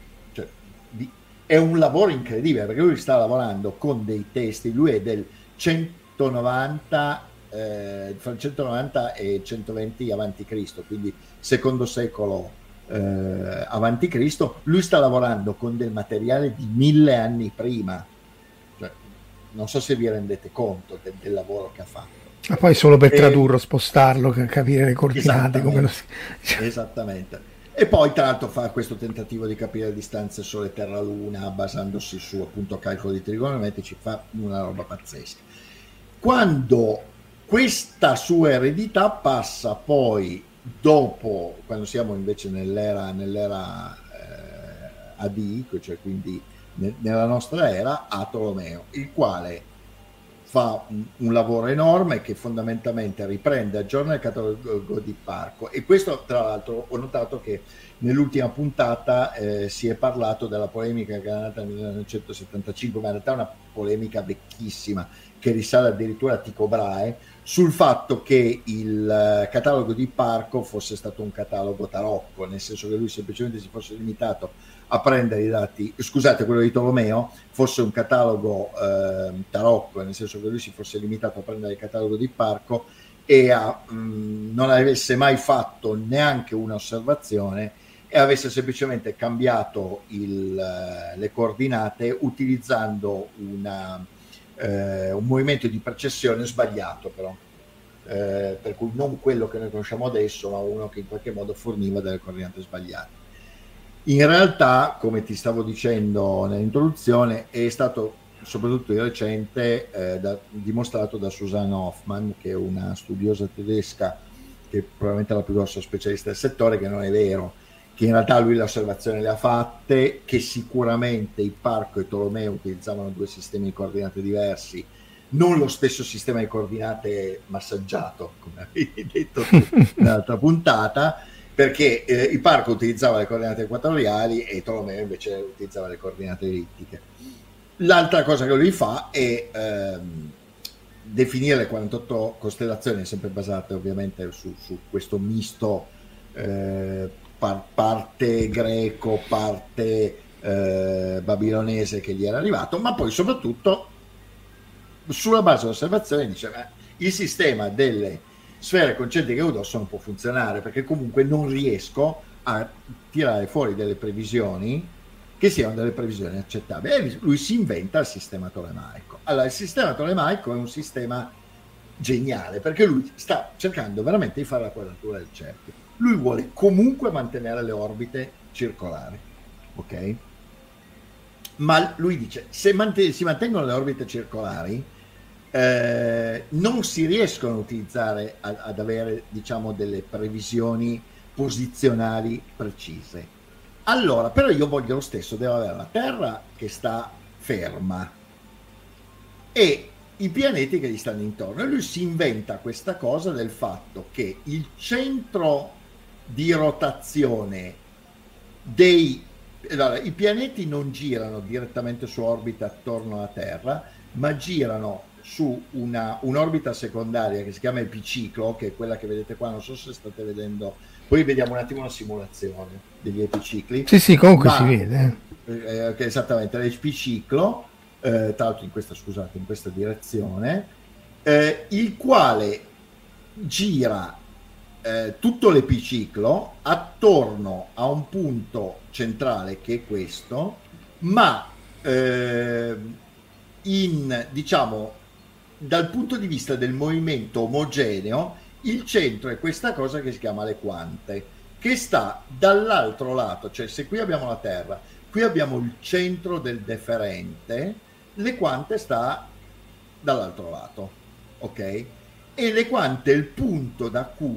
un lavoro incredibile, perché lui sta lavorando con dei testi, lui è del 190 fra il 190 e 120 avanti Cristo, quindi secondo secolo avanti Cristo. Lui sta lavorando con del materiale di 1000 anni prima, cioè, non so se vi rendete conto del lavoro che ha fatto. Ma poi solo per tradurlo, spostarlo, capire le coordinate, esattamente. E poi tra l'altro fa questo tentativo di capire le distanze Sole Terra Luna basandosi su appunto calcoli trigonometrici, fa una roba pazzesca. Quando questa sua eredità passa poi, dopo, quando siamo invece nell'era AD, cioè quindi nella nostra era, a Tolomeo, il quale fa un lavoro enorme che fondamentalmente riprende, aggiorna il catalogo di Ipparco. E questo tra l'altro ho notato che nell'ultima puntata si è parlato della polemica che è nata nel 1975, ma in realtà è una polemica vecchissima che risale addirittura a Tycho Brahe, sul fatto che il catalogo di Ipparco fosse stato un catalogo tarocco, nel senso che lui semplicemente si fosse limitato a prendere i dati, scusate, quello di Tolomeo fosse un catalogo tarocco, nel senso che lui si fosse limitato a prendere il catalogo di Ipparco e non avesse mai fatto neanche un'osservazione e avesse semplicemente cambiato le coordinate utilizzando un movimento di precessione sbagliato, però per cui non quello che noi conosciamo adesso, ma uno che in qualche modo forniva delle coordinate sbagliate. In realtà, come ti stavo dicendo nell'introduzione, è stato soprattutto di recente dimostrato da Susanne Hoffmann, che è una studiosa tedesca che è probabilmente la più grossa specialista del settore, che non è vero, che in realtà lui le osservazioni le ha fatte, che sicuramente Ipparco e Tolomeo utilizzavano due sistemi di coordinate diversi, non lo stesso sistema di coordinate massaggiato, come avevi detto nell'altra puntata, perché Ipparco utilizzava le coordinate equatoriali e Tolomeo invece utilizzava le coordinate ellittiche. L'altra cosa che lui fa è definire le 48 costellazioni è sempre basata ovviamente su questo misto parte greco, parte babilonese che gli era arrivato, ma poi soprattutto sulla base dell'osservazione dice il sistema delle sfere concentriche Eudosso non può funzionare, perché comunque non riesco a tirare fuori delle previsioni che siano delle previsioni accettabili, e lui si inventa il sistema tolemaico. Allora, il sistema tolemaico è un sistema geniale, perché lui sta cercando veramente di fare la quadratura del cerchio. Lui vuole comunque mantenere le orbite circolari, ok? Ma lui dice, se si mantengono le orbite circolari, non si riescono a utilizzare, ad avere, diciamo, delle previsioni posizionali precise. Allora, però io voglio lo stesso, devo avere la Terra che sta ferma e i pianeti che gli stanno intorno, e lui si inventa questa cosa del fatto che il centro di rotazione allora, i pianeti non girano direttamente su orbita attorno alla Terra, ma girano su un'orbita secondaria che si chiama epiciclo, che è quella che vedete qua, non so se state vedendo, poi vediamo un attimo una simulazione degli epicicli. Sì, comunque si vede. Che esattamente, l'epiciclo, tra l'altro in questa direzione, il quale gira tutto l'epiciclo attorno a un punto centrale che è questo, ma diciamo dal punto di vista del movimento omogeneo il centro è questa cosa che si chiama le quante, che sta dall'altro lato, cioè se qui abbiamo la Terra, qui abbiamo il centro del deferente, le quante sta dall'altro lato, ok? E le quante è il punto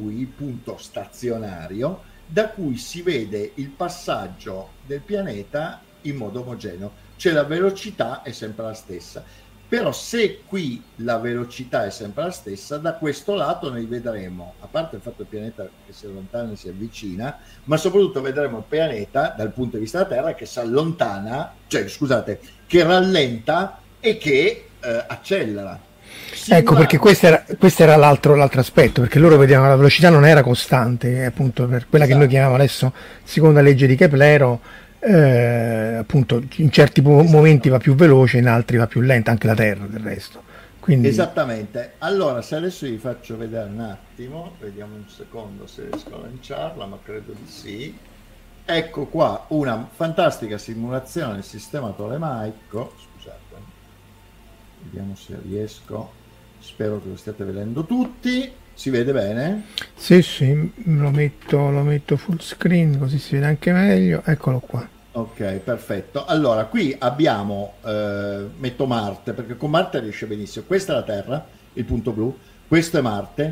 stazionario da cui si vede il passaggio del pianeta in modo omogeneo, cioè la velocità è sempre la stessa. Però se qui la velocità è sempre la stessa, da questo lato noi vedremo, a parte il fatto che il pianeta che si allontana e si avvicina, ma soprattutto vedremo il pianeta dal punto di vista della Terra che si allontana, che rallenta e che accelera. Ecco, perché questo era l'altro aspetto, perché loro vedevano la velocità non era costante, appunto per quella che noi chiamiamo adesso seconda legge di Keplero. Appunto in certi momenti va più veloce, in altri va più lenta, anche la Terra del resto. Quindi... Esattamente. Allora, se adesso vi faccio vedere un attimo, vediamo un secondo se riesco a lanciarla, ma credo di sì. Ecco qua una fantastica simulazione del sistema tolemaico. Scusate, vediamo se riesco, spero che lo stiate vedendo tutti. Si vede bene? Sì, lo metto full screen così si vede anche meglio. Eccolo qua. Ok, perfetto. Allora, qui abbiamo, metto Marte, perché con Marte riesce benissimo. Questa è la Terra, il punto blu. Questo è Marte.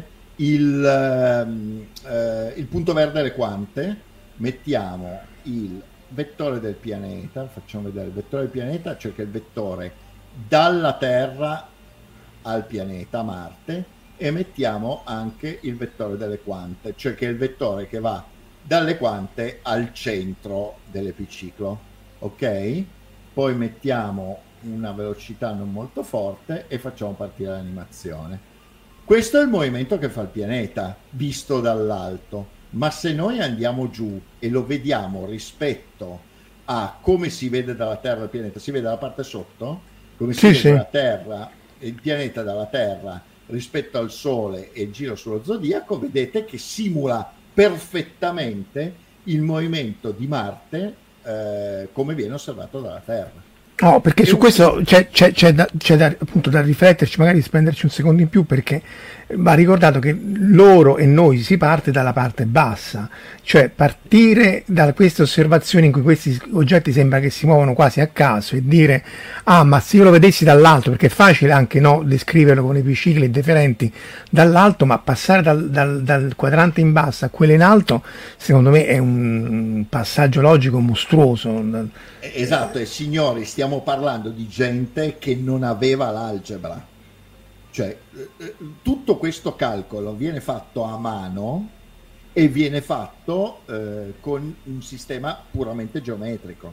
Il punto verde è le quante. Mettiamo il vettore del pianeta. Facciamo vedere il vettore del pianeta, cioè che è il vettore dalla Terra al pianeta Marte. E mettiamo anche il vettore delle quante, cioè che è il vettore che va dalle quante al centro dell'epiciclo, ok? Poi mettiamo una velocità non molto forte e facciamo partire l'animazione. Questo è il movimento che fa il pianeta visto dall'alto, ma se noi andiamo giù e lo vediamo rispetto a come si vede dalla Terra il pianeta, si vede dalla parte sotto, come si vede la Terra, il pianeta dalla Terra rispetto al Sole e il giro sullo zodiaco, vedete che simula perfettamente il movimento di Marte come viene osservato dalla Terra. No, perché su questo c'è appunto da rifletterci, magari spenderci un secondo in più, perché va ricordato che loro e noi si parte dalla parte bassa, cioè partire da queste osservazioni in cui questi oggetti sembra che si muovono quasi a caso e dire ma se io lo vedessi dall'alto, perché è facile anche descriverlo con epicicli differenti dall'alto, ma passare dal quadrante in basso a quello in alto secondo me è un passaggio logico mostruoso. Esatto, e signori, stiamo parlando di gente che non aveva l'algebra, cioè tutto questo calcolo viene fatto a mano e viene fatto con un sistema puramente geometrico,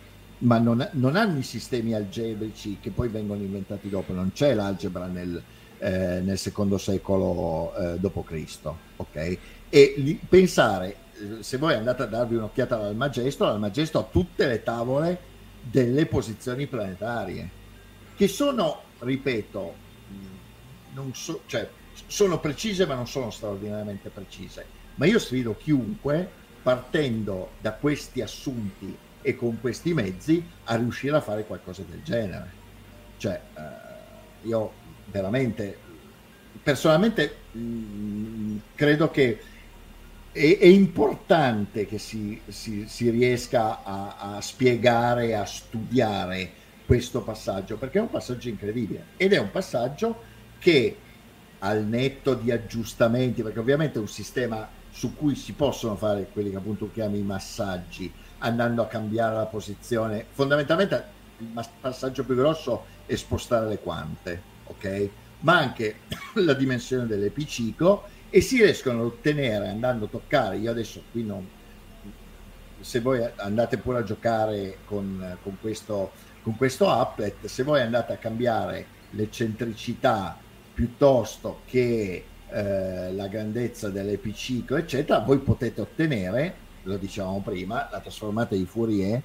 ma non hanno i sistemi algebrici che poi vengono inventati dopo, non c'è l'algebra nel secondo secolo d.C. ok? E pensare, se voi andate a darvi un'occhiata all'Almagesto ha tutte le tavole delle posizioni planetarie, che sono, ripeto, cioè, sono precise ma non sono straordinariamente precise, ma io sfido chiunque, partendo da questi assunti e con questi mezzi, a riuscire a fare qualcosa del genere. Cioè, io veramente, personalmente, credo che è importante che si riesca a spiegare, a studiare questo passaggio, perché è un passaggio incredibile, ed è un passaggio che, al netto di aggiustamenti, perché ovviamente è un sistema su cui si possono fare quelli che appunto chiami i massaggi, andando a cambiare la posizione. Fondamentalmente il passaggio più grosso è spostare le quante, ok? Ma anche la dimensione dell'epiciclo, e si riescono ad ottenere andando a toccare. Io adesso qui non, se voi andate pure a giocare con questo applet, se voi andate a cambiare l'eccentricità piuttosto che la grandezza dell'epiciclo eccetera, voi potete ottenere, lo dicevamo prima, la trasformata di Fourier,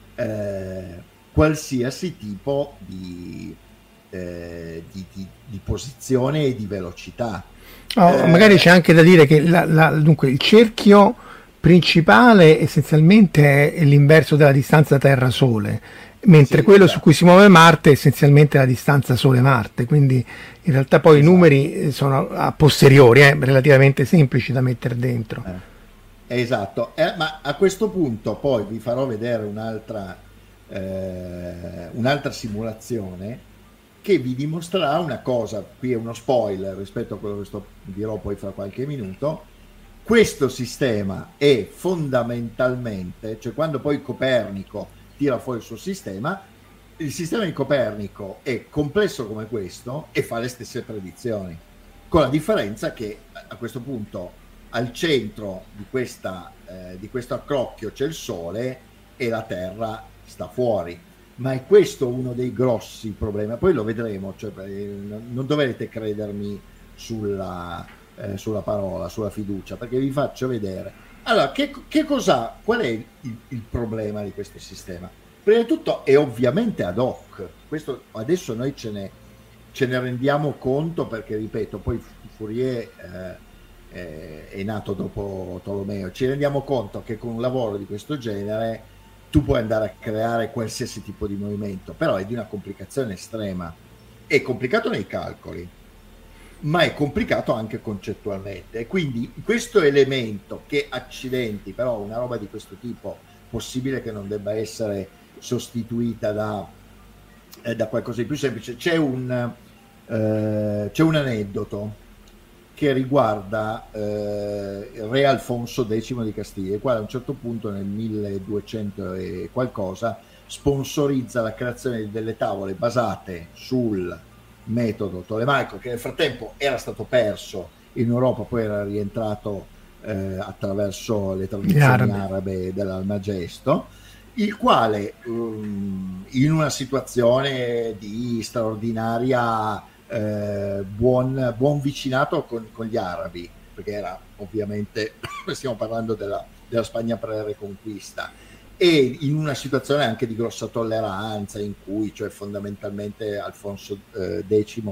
qualsiasi tipo di posizione e di velocità. Magari c'è anche da dire che dunque il cerchio principale essenzialmente è l'inverso della distanza Terra-Sole, mentre sì, quello su cui si muove Marte è essenzialmente la distanza Sole-Marte, quindi in realtà poi i numeri sono a posteriori, relativamente semplici da mettere dentro. Esatto, ma a questo punto poi vi farò vedere un'altra simulazione che vi dimostrerà una cosa. Qui è uno spoiler rispetto a quello che dirò poi fra qualche minuto. Questo sistema è fondamentalmente, cioè quando poi Copernico tira fuori il suo sistema, il sistema di Copernico è complesso come questo e fa le stesse predizioni, con la differenza che a questo punto al centro di questo accrocchio c'è il Sole e la Terra sta fuori. Ma è questo uno dei grossi problemi, poi lo vedremo, cioè, non dovete credermi sulla parola, sulla fiducia, perché vi faccio vedere. Allora, qual è il problema di questo sistema? Prima di tutto è ovviamente ad hoc, questo adesso noi ce ne rendiamo conto, perché ripeto, poi Fourier è nato dopo Tolomeo, ci rendiamo conto che con un lavoro di questo genere tu puoi andare a creare qualsiasi tipo di movimento, però è di una complicazione estrema. È complicato nei calcoli, ma è complicato anche concettualmente. E quindi questo elemento, che accidenti, però una roba di questo tipo, possibile che non debba essere sostituita da qualcosa di più semplice. C'è un aneddoto che riguarda il re Alfonso X di Castiglia, il quale a un certo punto nel 1200 e qualcosa sponsorizza la creazione delle tavole basate sul metodo tolemaico, che nel frattempo era stato perso in Europa, poi era rientrato attraverso le tradizioni arabe dell'Almagesto, il quale in una situazione di straordinaria buon vicinato con gli arabi, perché era ovviamente, stiamo parlando della Spagna pre-reconquista, e in una situazione anche di grossa tolleranza, in cui, cioè, fondamentalmente Alfonso X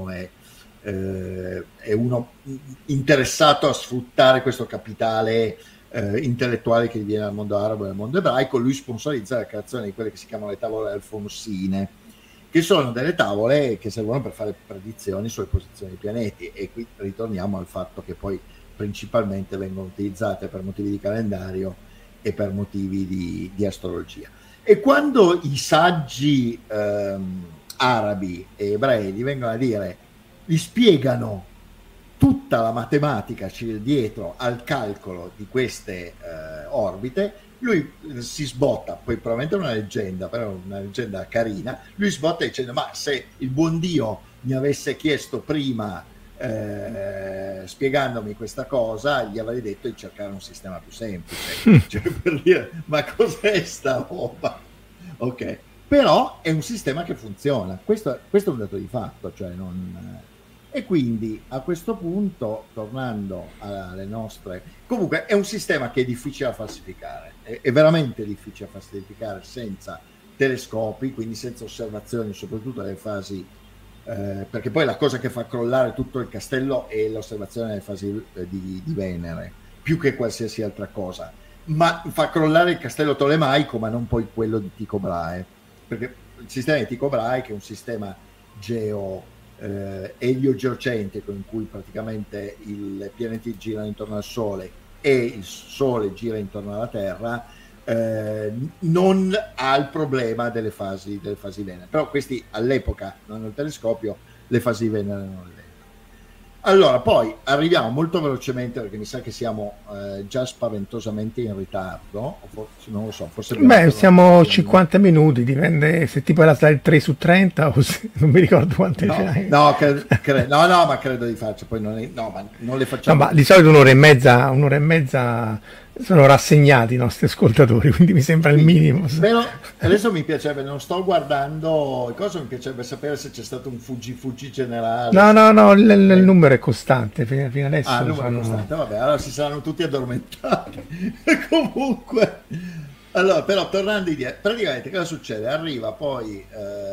è uno interessato a sfruttare questo capitale intellettuale che viene dal mondo arabo e dal mondo ebraico. Lui sponsorizza la creazione di quelle che si chiamano le tavole alfonsine, che sono delle tavole che servono per fare predizioni sulle posizioni dei pianeti, e qui ritorniamo al fatto che poi principalmente vengono utilizzate per motivi di calendario e per motivi di astrologia. E quando i saggi arabi e ebrei gli vengono a dire, gli spiegano tutta la matematica c'è dietro al calcolo di queste orbite, lui si sbotta, poi probabilmente è una leggenda, però una leggenda carina, lui sbotta dicendo: ma se il buon Dio mi avesse chiesto prima, spiegandomi questa cosa, gli avrei detto di cercare un sistema più semplice. Cioè, per dire, ma cos'è sta roba? Ok, però è un sistema che funziona, questo è un dato di fatto, cioè E quindi a questo punto, tornando alle nostre... Comunque è un sistema che è difficile da falsificare, è veramente difficile da falsificare senza telescopi, quindi senza osservazioni, soprattutto nelle fasi... perché poi la cosa che fa crollare tutto il castello è l'osservazione delle fasi di Venere, più che qualsiasi altra cosa. Ma fa crollare il castello tolemaico, ma non poi quello di Tycho Brahe, perché il sistema di Tycho Brahe, che è un sistema eliogeocentrico, in cui praticamente i pianeti girano intorno al Sole e il Sole gira intorno alla Terra, non ha il problema delle fasi Venere. Però questi all'epoca non hanno il telescopio, le fasi Venere non le vedono. Allora, poi arriviamo molto velocemente, perché mi sa che siamo già spaventosamente in ritardo, o forse, non lo so, forse... siamo 50 minuti, dipende se ti puoi lasciare 3 su 30 o se, non mi ricordo quante no, c'hai. No, ma credo di farci, poi non le facciamo... No, ma di solito un'ora e mezza sono rassegnati i nostri ascoltatori, quindi mi sembra il minimo. Però adesso mi piacerebbe, non sto guardando cosa, mi piacerebbe sapere se c'è stato un fuggi generale. No, il numero è costante fino adesso. Il numero è costante, vabbè, allora si saranno tutti addormentati. Comunque, allora, però tornando indietro, praticamente cosa succede? Arriva poi,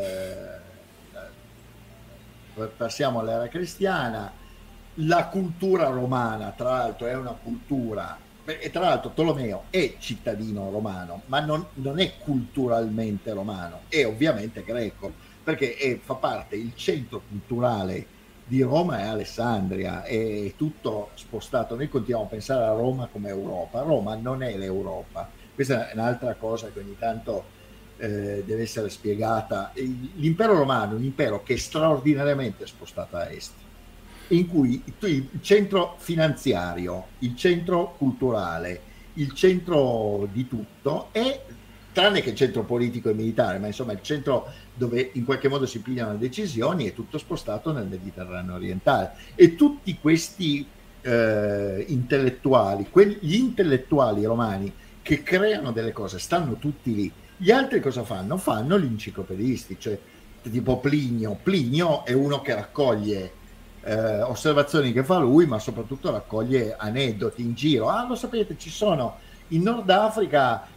passiamo all'era cristiana, la cultura romana, tra l'altro, è una cultura... E tra l'altro Tolomeo è cittadino romano, ma non è culturalmente romano, è ovviamente greco, perché fa parte, il centro culturale di Roma è Alessandria, è tutto spostato. Noi continuiamo a pensare a Roma come Europa. Roma non è l'Europa, questa è un'altra cosa che ogni tanto deve essere spiegata. L'impero romano è un impero che è straordinariamente spostato a est, in cui il centro finanziario, il centro culturale, il centro di tutto è, tranne che il centro politico e militare, ma insomma il centro dove in qualche modo si pigliano le decisioni, è tutto spostato nel Mediterraneo orientale. E tutti questi intellettuali, gli intellettuali romani che creano delle cose, stanno tutti lì. Gli altri cosa fanno? Fanno gli enciclopedisti, cioè tipo Plinio. Plinio è uno che raccoglie osservazioni che fa lui, ma soprattutto raccoglie aneddoti in giro. Lo sapete, ci sono in Nord Africa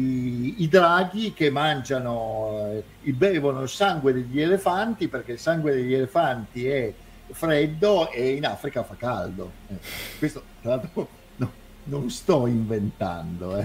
i draghi che mangiano, bevono il sangue degli elefanti, perché il sangue degli elefanti è freddo e in Africa fa caldo. Questo tra l'altro non sto inventando,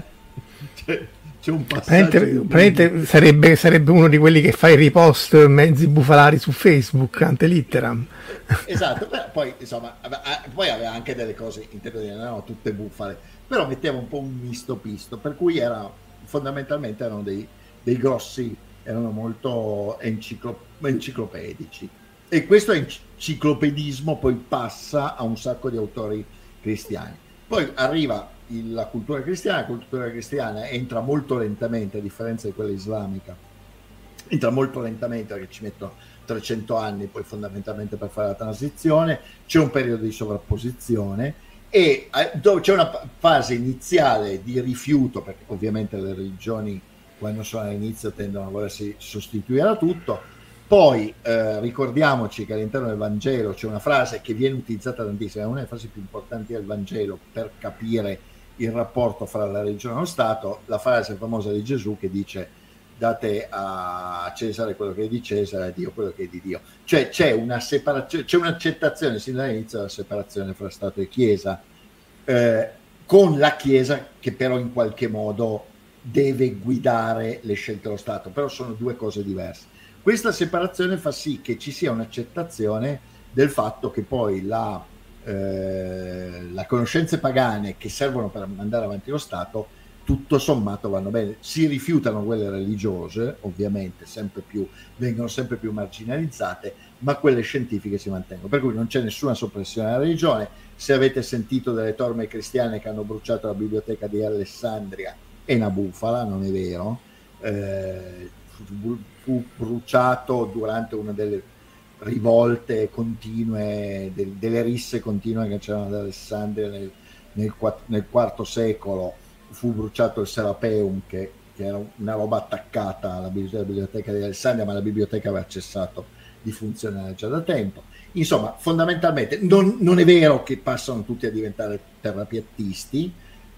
c'è un passaggio sarebbe uno di quelli che fa i ripost mezzi bufalari su Facebook ante litteram. Esatto, poi insomma, poi aveva anche delle cose interpretate, non erano tutte bufale, però metteva un po' un misto pisto, per cui fondamentalmente erano dei grossi, erano molto enciclopedici. E questo enciclopedismo poi passa a un sacco di autori cristiani. Poi arriva la cultura cristiana entra molto lentamente, a differenza di quella islamica, entra molto lentamente perché ci mettono 300 anni poi fondamentalmente per fare la transizione, c'è un periodo di sovrapposizione e dove c'è una fase iniziale di rifiuto, perché ovviamente le religioni quando sono all'inizio tendono a volersi sostituire a tutto. Poi ricordiamoci che all'interno del Vangelo c'è una frase che viene utilizzata tantissimo, è una delle frasi più importanti del Vangelo per capire il rapporto fra la religione e lo Stato, la frase famosa di Gesù che dice: date a Cesare quello che è di Cesare, a Dio quello che è di Dio. Cioè c'è una separazione, c'è un'accettazione sin dall'inizio della separazione fra Stato e Chiesa, con la Chiesa che però in qualche modo deve guidare le scelte dello Stato, però sono due cose diverse. Questa separazione fa sì che ci sia un'accettazione del fatto che poi le conoscenze pagane che servono per mandare avanti lo Stato tutto sommato vanno bene. Si rifiutano quelle religiose, ovviamente vengono sempre più marginalizzate, ma quelle scientifiche si mantengono, per cui non c'è nessuna soppressione della religione. Se avete sentito delle torme cristiane che hanno bruciato la biblioteca di Alessandria, è una bufala, non è vero. Fu bruciato durante una delle rivolte continue, delle risse continue che c'erano ad Alessandria nel IV secolo. Fu bruciato il Serapeum, che era una roba attaccata alla biblioteca di Alessandria, ma la biblioteca aveva cessato di funzionare già da tempo. Insomma, fondamentalmente non è vero che passano tutti a diventare terrapiattisti.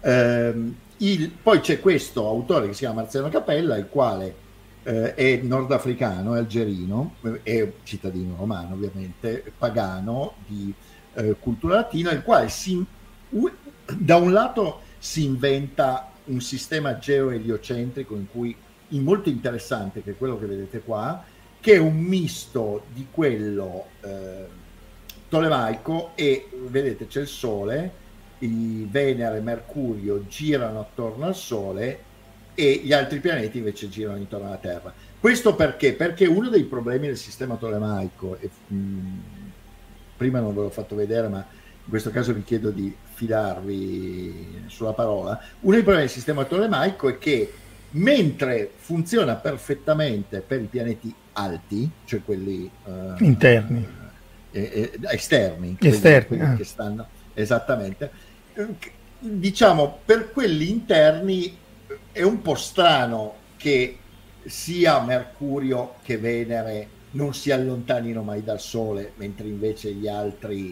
Poi c'è questo autore che si chiama Marziano Capella, il quale è nordafricano, è algerino, è cittadino romano ovviamente, pagano di cultura latina, il quale da un lato si inventa un sistema geoeliocentrico molto interessante, che è quello che vedete qua, che è un misto di quello tolemaico, e vedete c'è il Sole, Venere e Mercurio girano attorno al Sole e gli altri pianeti invece girano intorno alla Terra. Questo perché? Perché uno dei problemi del sistema tolemaico, prima non ve l'ho fatto vedere, ma in questo caso vi chiedo di fidarvi sulla parola, uno dei problemi del sistema tolemaico è che mentre funziona perfettamente per i pianeti alti, cioè quelli interni, esterni, quelli che stanno esattamente, diciamo, per quelli interni è un po' strano che sia Mercurio che Venere non si allontanino mai dal Sole, mentre invece gli altri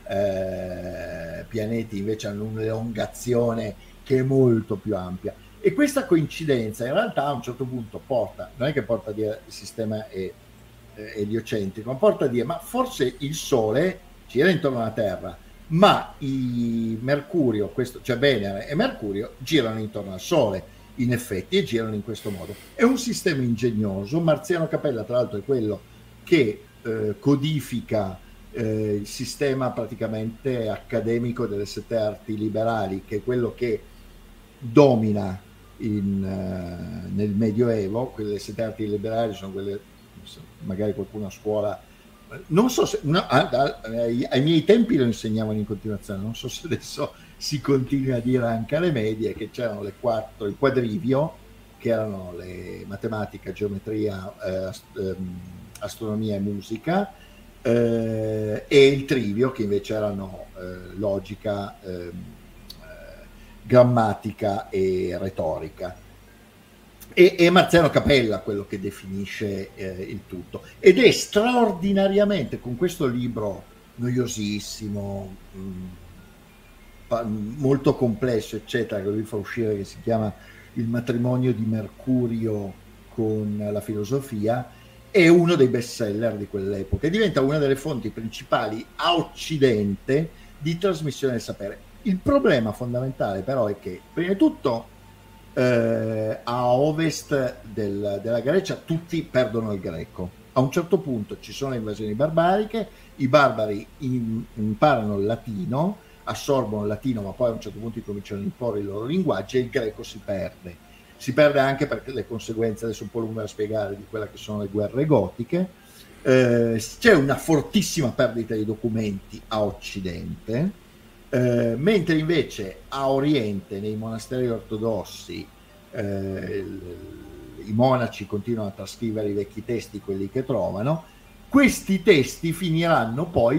pianeti invece hanno un'elongazione che è molto più ampia. E questa coincidenza in realtà a un certo punto non è che porta a dire il sistema è eliocentrico, ma porta a dire ma forse il Sole gira intorno alla Terra, ma Mercurio, cioè Venere e Mercurio girano intorno al Sole, in effetti, e girano in questo modo. È un sistema ingegnoso. Marziano Capella tra l'altro è quello che codifica il sistema praticamente accademico delle 7 arti liberali, che è quello che domina nel Medioevo. Quelle 7 arti liberali sono quelle, magari qualcuno a scuola, non so se ai miei tempi lo insegnavano in continuazione, non so se adesso si continua a dire anche alle medie, che c'erano il quadrivio, che erano le matematica, geometria, astronomia e musica, e il trivio, che invece erano logica, grammatica e retorica. E Marziano Capella quello che definisce il tutto, ed è straordinariamente, con questo libro noiosissimo, molto complesso eccetera, che lui fa uscire, che si chiama Il matrimonio di Mercurio con la filosofia, è uno dei best seller di quell'epoca e diventa una delle fonti principali a Occidente di trasmissione del sapere. Il problema fondamentale però è che prima di tutto a ovest della Grecia tutti perdono il greco. A un certo punto ci sono le invasioni barbariche, i barbari imparano il latino, assorbono il latino, ma poi a un certo punto cominciano a imporre i loro linguaggi e il greco si perde anche perché le conseguenze, adesso è un po' lungo da spiegare, di quelle che sono le guerre gotiche. C'è una fortissima perdita di documenti a Occidente, mentre invece a Oriente, nei monasteri ortodossi, i monaci continuano a trascrivere i vecchi testi, quelli che trovano. Questi testi finiranno poi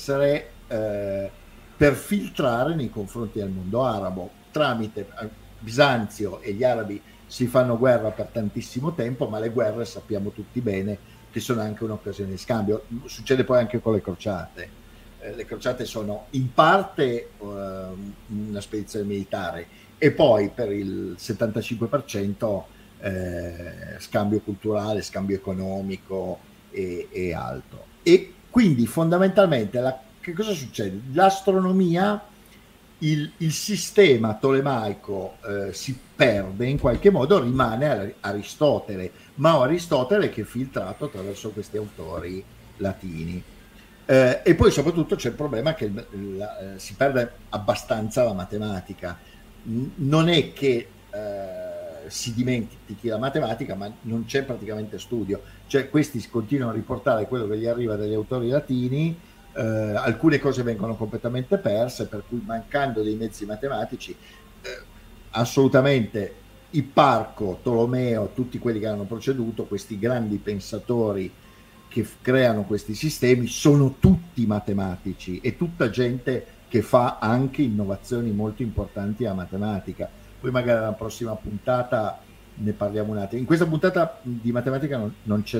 per filtrare nei confronti del mondo arabo. Tramite Bisanzio e gli arabi si fanno guerra per tantissimo tempo, ma le guerre sappiamo tutti bene che sono anche un'occasione di scambio. Succede poi anche con le crociate. Le crociate sono in parte una spedizione militare e poi per il 75% scambio culturale, scambio economico e altro. E quindi fondamentalmente che cosa succede? L'astronomia, il sistema tolemaico si perde in qualche modo, rimane Aristotele, ma Aristotele che è filtrato attraverso questi autori latini. E poi soprattutto c'è il problema che si perde abbastanza la matematica. Non è che si dimentichi la matematica, ma non c'è praticamente studio. Cioè questi continuano a riportare quello che gli arriva dagli autori latini, alcune cose vengono completamente perse, per cui mancando dei mezzi matematici, assolutamente Ipparco, Tolomeo, tutti quelli che hanno proceduto, questi grandi pensatori che creano questi sistemi, sono tutti matematici e tutta gente che fa anche innovazioni molto importanti a matematica. Poi magari alla prossima puntata ne parliamo un attimo. In questa puntata di matematica non ce n'è,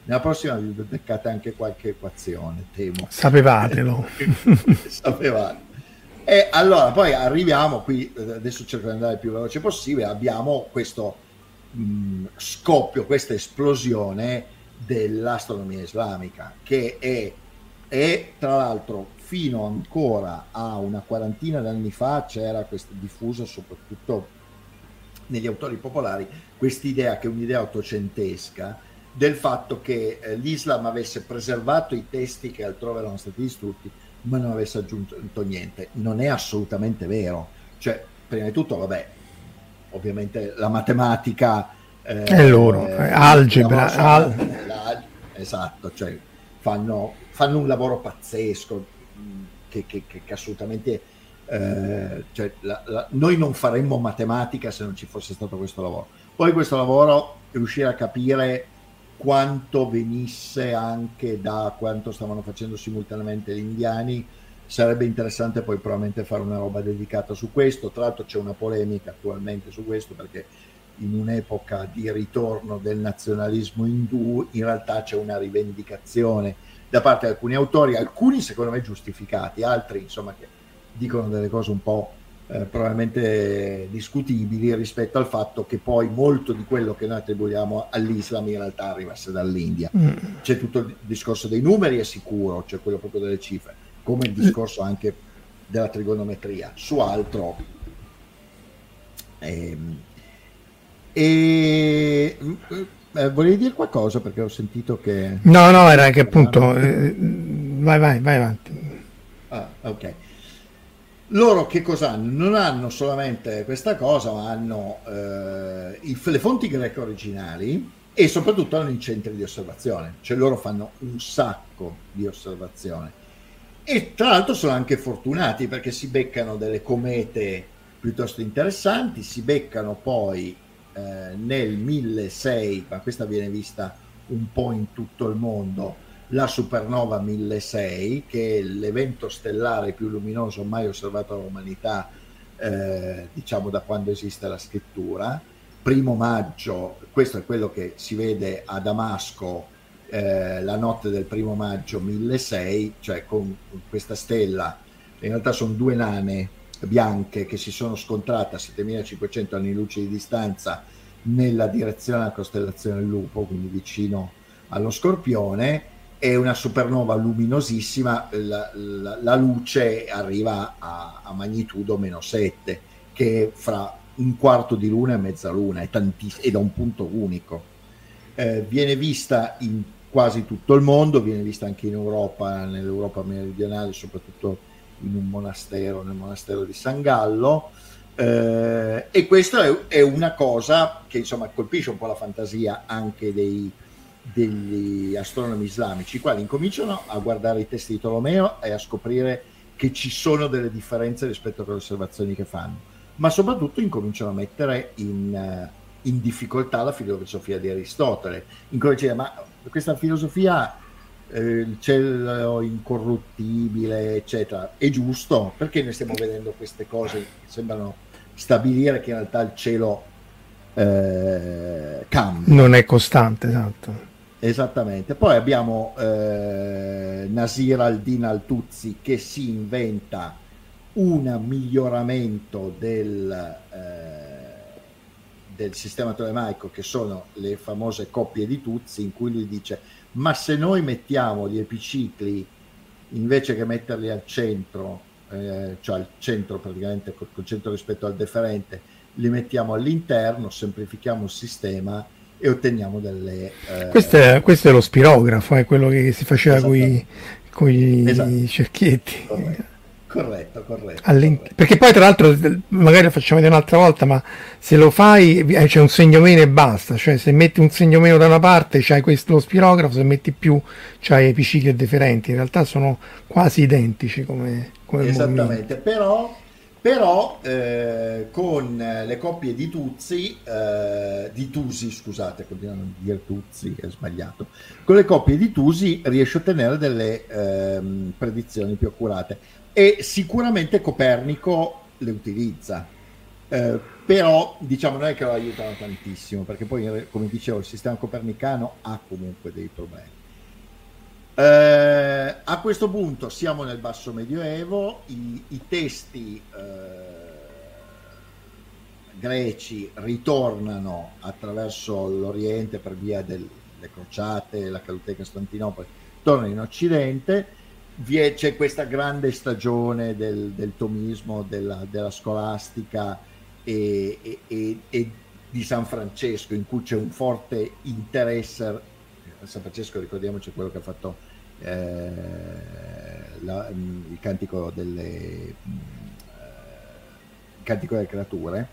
nella prossima vi beccate anche qualche equazione, temo. Sapevatelo. Sapevate. E allora poi arriviamo qui, adesso cerco di andare il più veloce possibile, abbiamo questo scoppio, questa esplosione dell'astronomia islamica, che è tra l'altro fino ancora a una quarantina d'anni fa c'era questa diffusa soprattutto negli autori popolari quest'idea, che è un'idea ottocentesca, del fatto che l'Islam avesse preservato i testi che altrove erano stati distrutti ma non avesse aggiunto niente. Non è assolutamente vero. Cioè, prima di tutto, vabbè, ovviamente la matematica è loro, algebra, esatto, cioè fanno un lavoro pazzesco che assolutamente cioè, noi non faremmo matematica se non ci fosse stato questo lavoro. Poi questo lavoro, riuscire a capire quanto venisse anche da quanto stavano facendo simultaneamente gli indiani, sarebbe interessante poi probabilmente fare una roba dedicata su questo. Tra l'altro c'è una polemica attualmente su questo, perché in un'epoca di ritorno del nazionalismo indù in realtà c'è una rivendicazione da parte di alcuni autori, alcuni secondo me giustificati, altri insomma che dicono delle cose un po' probabilmente discutibili rispetto al fatto che poi molto di quello che noi attribuiamo all'Islam in realtà arrivasse dall'India. C'è tutto il discorso dei numeri, è sicuro, c'è quello proprio delle cifre, come il discorso anche della trigonometria. Su altro volevi dire qualcosa, perché ho sentito che no era che appunto vai avanti. Ok. Loro che cosa hanno? Non hanno solamente questa cosa, ma hanno le fonti greche originali e soprattutto hanno i centri di osservazione, cioè loro fanno un sacco di osservazione e tra l'altro sono anche fortunati perché si beccano delle comete piuttosto interessanti, si beccano poi nel 1600, ma questa viene vista un po' in tutto il mondo, la supernova 1600, che è l'evento stellare più luminoso mai osservato dall'umanità, diciamo da quando esiste la scrittura. 1 maggio, questo è quello che si vede a Damasco la notte del 1 maggio 1600, cioè con questa stella, in realtà sono 2 nane bianche che si sono scontrate a 7500 anni luce di distanza nella direzione della costellazione del Lupo, quindi vicino allo Scorpione. È una supernova luminosissima, la luce arriva a magnitudo -7, che è fra un quarto di luna e mezzaluna, è da un punto unico. Viene vista in quasi tutto il mondo, viene vista anche in Europa, nell'Europa meridionale, soprattutto in un monastero, nel monastero di San Gallo, e questo è una cosa che insomma colpisce un po' la fantasia anche degli astronomi islamici, i quali incominciano a guardare i testi di Tolomeo e a scoprire che ci sono delle differenze rispetto alle osservazioni che fanno, ma soprattutto incominciano a mettere in difficoltà la filosofia di Aristotele. Incominciano a dire, ma questa filosofia, il cielo incorruttibile eccetera, è giusto? Perché noi stiamo vedendo queste cose che sembrano stabilire che in realtà il cielo cambia, non è costante, esatto. Esattamente. Poi abbiamo Nasir al-Din al-Tutsi che si inventa un miglioramento del sistema tolemaico, che sono le famose coppie di Tutsi, in cui lui dice: ma se noi mettiamo gli epicicli invece che metterli al centro, cioè al centro praticamente col centro rispetto al deferente, li mettiamo all'interno, semplifichiamo il sistema e otteniamo delle questo è lo spirografo, è quello che si faceva con i cerchietti. Corretto. Perché poi tra l'altro magari lo facciamo vedere un'altra volta, ma se lo fai c'è un segno meno e basta, cioè se metti un segno meno da una parte c'hai lo spirografo, se metti più c'hai epicicli e deferenti, in realtà sono quasi identici come esattamente, movimento. Però con le coppie di Tusi, scusate, continuano a dire Tuzzi, è sbagliato. Con le coppie di Tusi riesce a ottenere delle predizioni più accurate e sicuramente Copernico le utilizza. Però diciamo non è che lo aiutano tantissimo, perché poi, come dicevo, il sistema copernicano ha comunque dei problemi. A questo punto siamo nel basso medioevo, i testi greci ritornano attraverso l'Oriente per via delle crociate, la caduta di Costantinopoli, tornano in Occidente. C'è questa grande stagione del tomismo, della scolastica e di San Francesco, in cui c'è un forte interesse. San Francesco, ricordiamoci, quello che ha fatto il cantico delle creature,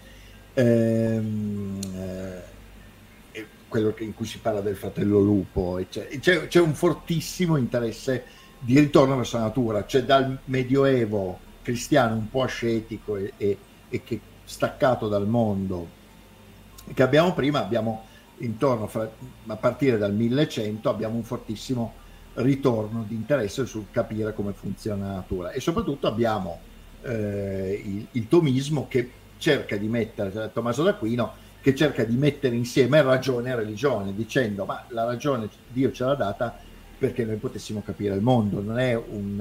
quello in cui si parla del fratello lupo. C'è un fortissimo interesse di ritorno verso la natura, cioè dal medioevo cristiano un po' ascetico e che staccato dal mondo che abbiamo prima, abbiamo intorno a partire dal 1100 abbiamo un fortissimo ritorno di interesse sul capire come funziona la natura, e soprattutto abbiamo il tomismo che cerca di mettere, Tommaso d'Aquino, che cerca di mettere insieme ragione e religione, dicendo ma la ragione Dio ce l'ha data perché noi potessimo capire il mondo, non è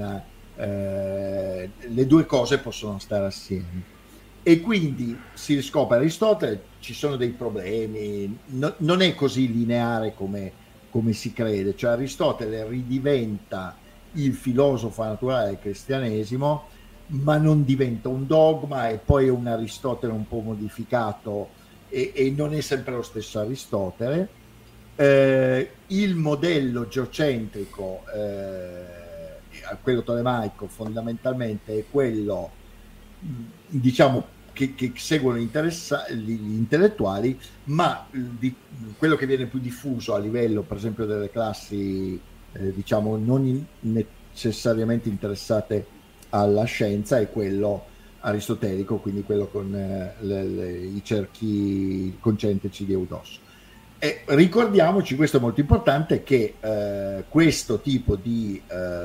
le due cose possono stare assieme. E quindi si riscopre Aristotele, ci sono dei problemi, non è così lineare come si crede, cioè Aristotele ridiventa il filosofo naturale del cristianesimo, ma non diventa un dogma, e poi è un Aristotele un po' modificato e non è sempre lo stesso Aristotele. Il modello geocentrico, quello tolemaico, fondamentalmente è quello, diciamo, che seguono gli intellettuali, ma quello che viene più diffuso a livello, per esempio, delle classi diciamo non necessariamente interessate alla scienza, è quello aristotelico, quindi quello con i cerchi concentrici di Eudosso. E ricordiamoci, questo è molto importante, che questo tipo di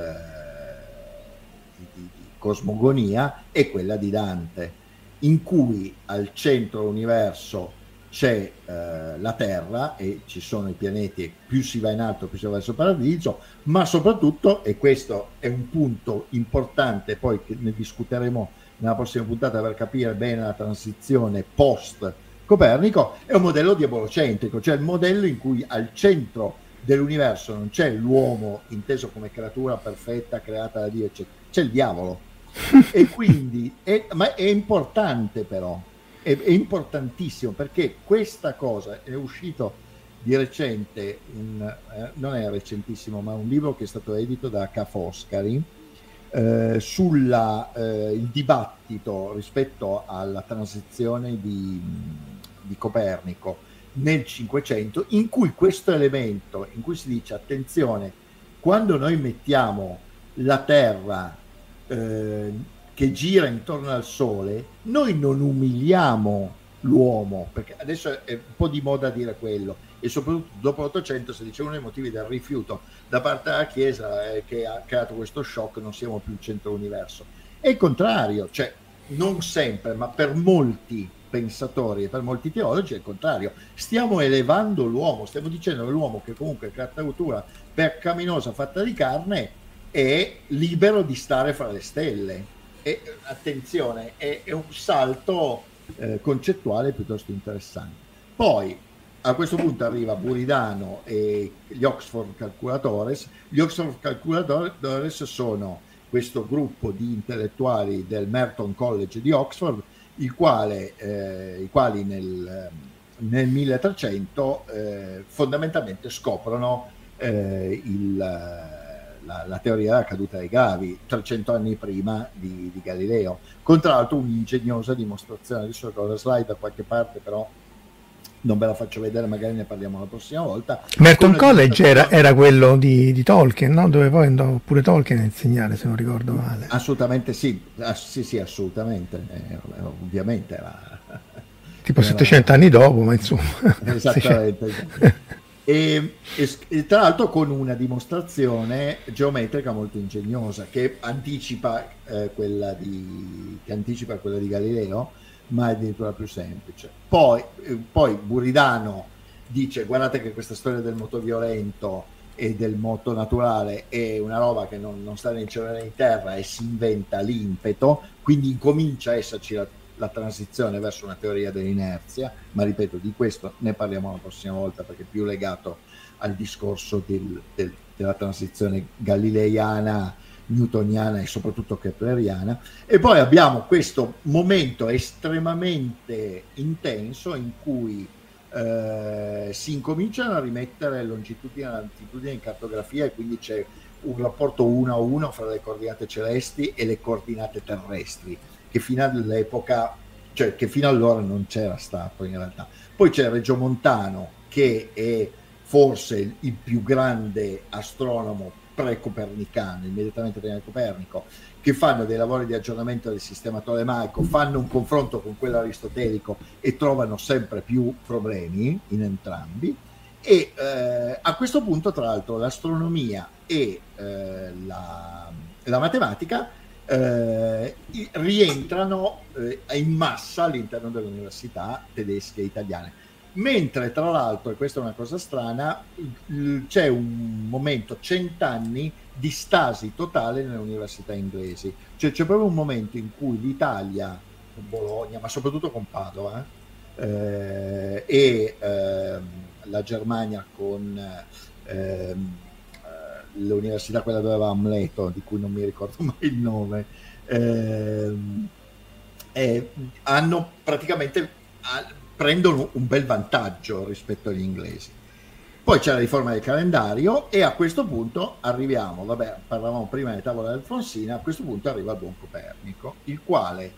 cosmogonia è quella di Dante, in cui al centro dell'universo c'è la Terra e ci sono i pianeti, più si va in alto più si va verso il paradiso, ma soprattutto, e questo è un punto importante, poi che ne discuteremo nella prossima puntata per capire bene la transizione post Copernico, è un modello diabolocentrico, cioè il modello in cui al centro dell'universo non c'è l'uomo inteso come creatura perfetta creata da Dio, eccetera, c'è il diavolo. E quindi ma è importante, però è importantissimo, perché questa cosa è uscito di recente, non è recentissimo, ma un libro che è stato edito da Ca' Foscari il dibattito rispetto alla transizione di Copernico nel 500, in cui questo elemento, in cui si dice attenzione, quando noi mettiamo la Terra che gira intorno al Sole, noi non umiliamo l'uomo, perché adesso è un po' di moda dire quello, e soprattutto dopo l'Ottocento si dice uno dei motivi del rifiuto da parte della Chiesa è che ha creato questo shock, non siamo più il centro dell'universo. È il contrario, cioè non sempre, ma per molti pensatori e per molti teologi è il contrario. Stiamo elevando l'uomo, stiamo dicendo che l'uomo, che comunque è creatura peccaminosa fatta di carne, è libero di stare fra le stelle. E attenzione, è un salto concettuale piuttosto interessante. Poi a questo punto arriva Buridano e gli Oxford Calculatores. Gli Oxford Calculatores sono questo gruppo di intellettuali del Merton College di Oxford, i quali nel 1300 fondamentalmente scoprono la teoria della caduta dei gravi, 300 anni prima di Galileo, con tra l'altro un'ingegnosa dimostrazione. Adesso ho la slide da qualche parte, però non ve la faccio vedere, magari ne parliamo la prossima volta. Merton College era quello di Tolkien, no? Dove poi andò pure Tolkien a insegnare, se non ricordo male. Assolutamente sì, sì, assolmente, ovviamente era tipo 700 anni dopo, ma insomma. Esattamente. E tra l'altro con una dimostrazione geometrica molto ingegnosa che anticipa quella di Galileo, ma è addirittura più semplice. Poi Buridano dice: guardate che questa storia del moto violento e del moto naturale è una roba che non sta né in cielo né in terra, e si inventa l'impeto, quindi incomincia a esserci la transizione verso una teoria dell'inerzia, ma ripeto, di questo ne parliamo la prossima volta, perché è più legato al discorso della transizione galileiana, newtoniana e soprattutto kepleriana. E poi abbiamo questo momento estremamente intenso in cui si incominciano a rimettere longitudine e latitudine in cartografia, e quindi c'è un rapporto 1-1 fra le coordinate celesti e le coordinate terrestri, che fino all'epoca, cioè che fino allora non c'era stato in realtà. Poi c'è Regiomontano, che è forse il più grande astronomo pre-copernicano, immediatamente prima di Copernico, che fanno dei lavori di aggiornamento del sistema tolemaico, fanno un confronto con quello aristotelico e trovano sempre più problemi in entrambi. E a questo punto, tra l'altro, l'astronomia e la matematica rientrano in massa all'interno delle università tedesche e italiane, mentre tra l'altro, e questa è una cosa strana, c'è un momento, 100 anni di stasi totale nelle università inglesi, cioè c'è proprio un momento in cui l'Italia con Bologna, ma soprattutto con Padova, e la Germania con l'università, quella dove aveva Amleto, di cui non mi ricordo mai il nome, hanno praticamente prendono un bel vantaggio rispetto agli inglesi. Poi c'è la riforma del calendario, e a questo punto arriviamo, parlavamo prima della tavola d'Alfonsina, a questo punto arriva il buon Copernico, il quale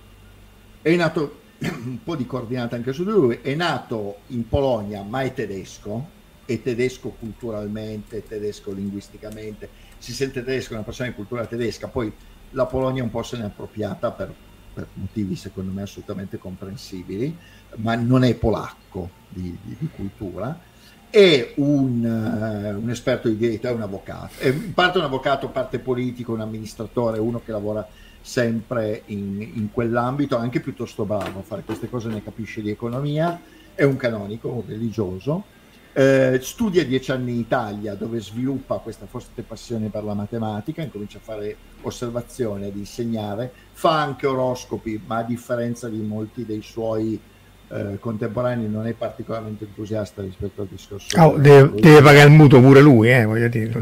è nato, un po' di coordinate anche su di lui, è nato in Polonia, ma è tedesco culturalmente, tedesco linguisticamente, si sente tedesco, una persona di cultura tedesca. Poi la Polonia un po' se n'è appropriata per motivi secondo me assolutamente comprensibili, ma non è polacco di cultura. È un esperto di diritto, è un avvocato, è parte un avvocato, parte politico, un amministratore, uno che lavora sempre in quell'ambito, anche piuttosto bravo a fare queste cose, ne capisce di economia, è un canonico, un religioso, studia 10 anni in Italia, dove sviluppa questa forte passione per la matematica, incomincia a fare osservazioni, ad insegnare, fa anche oroscopi, ma a differenza di molti dei suoi contemporanei non è particolarmente entusiasta rispetto al discorso. Deve pagare il mutuo pure lui, voglio dire.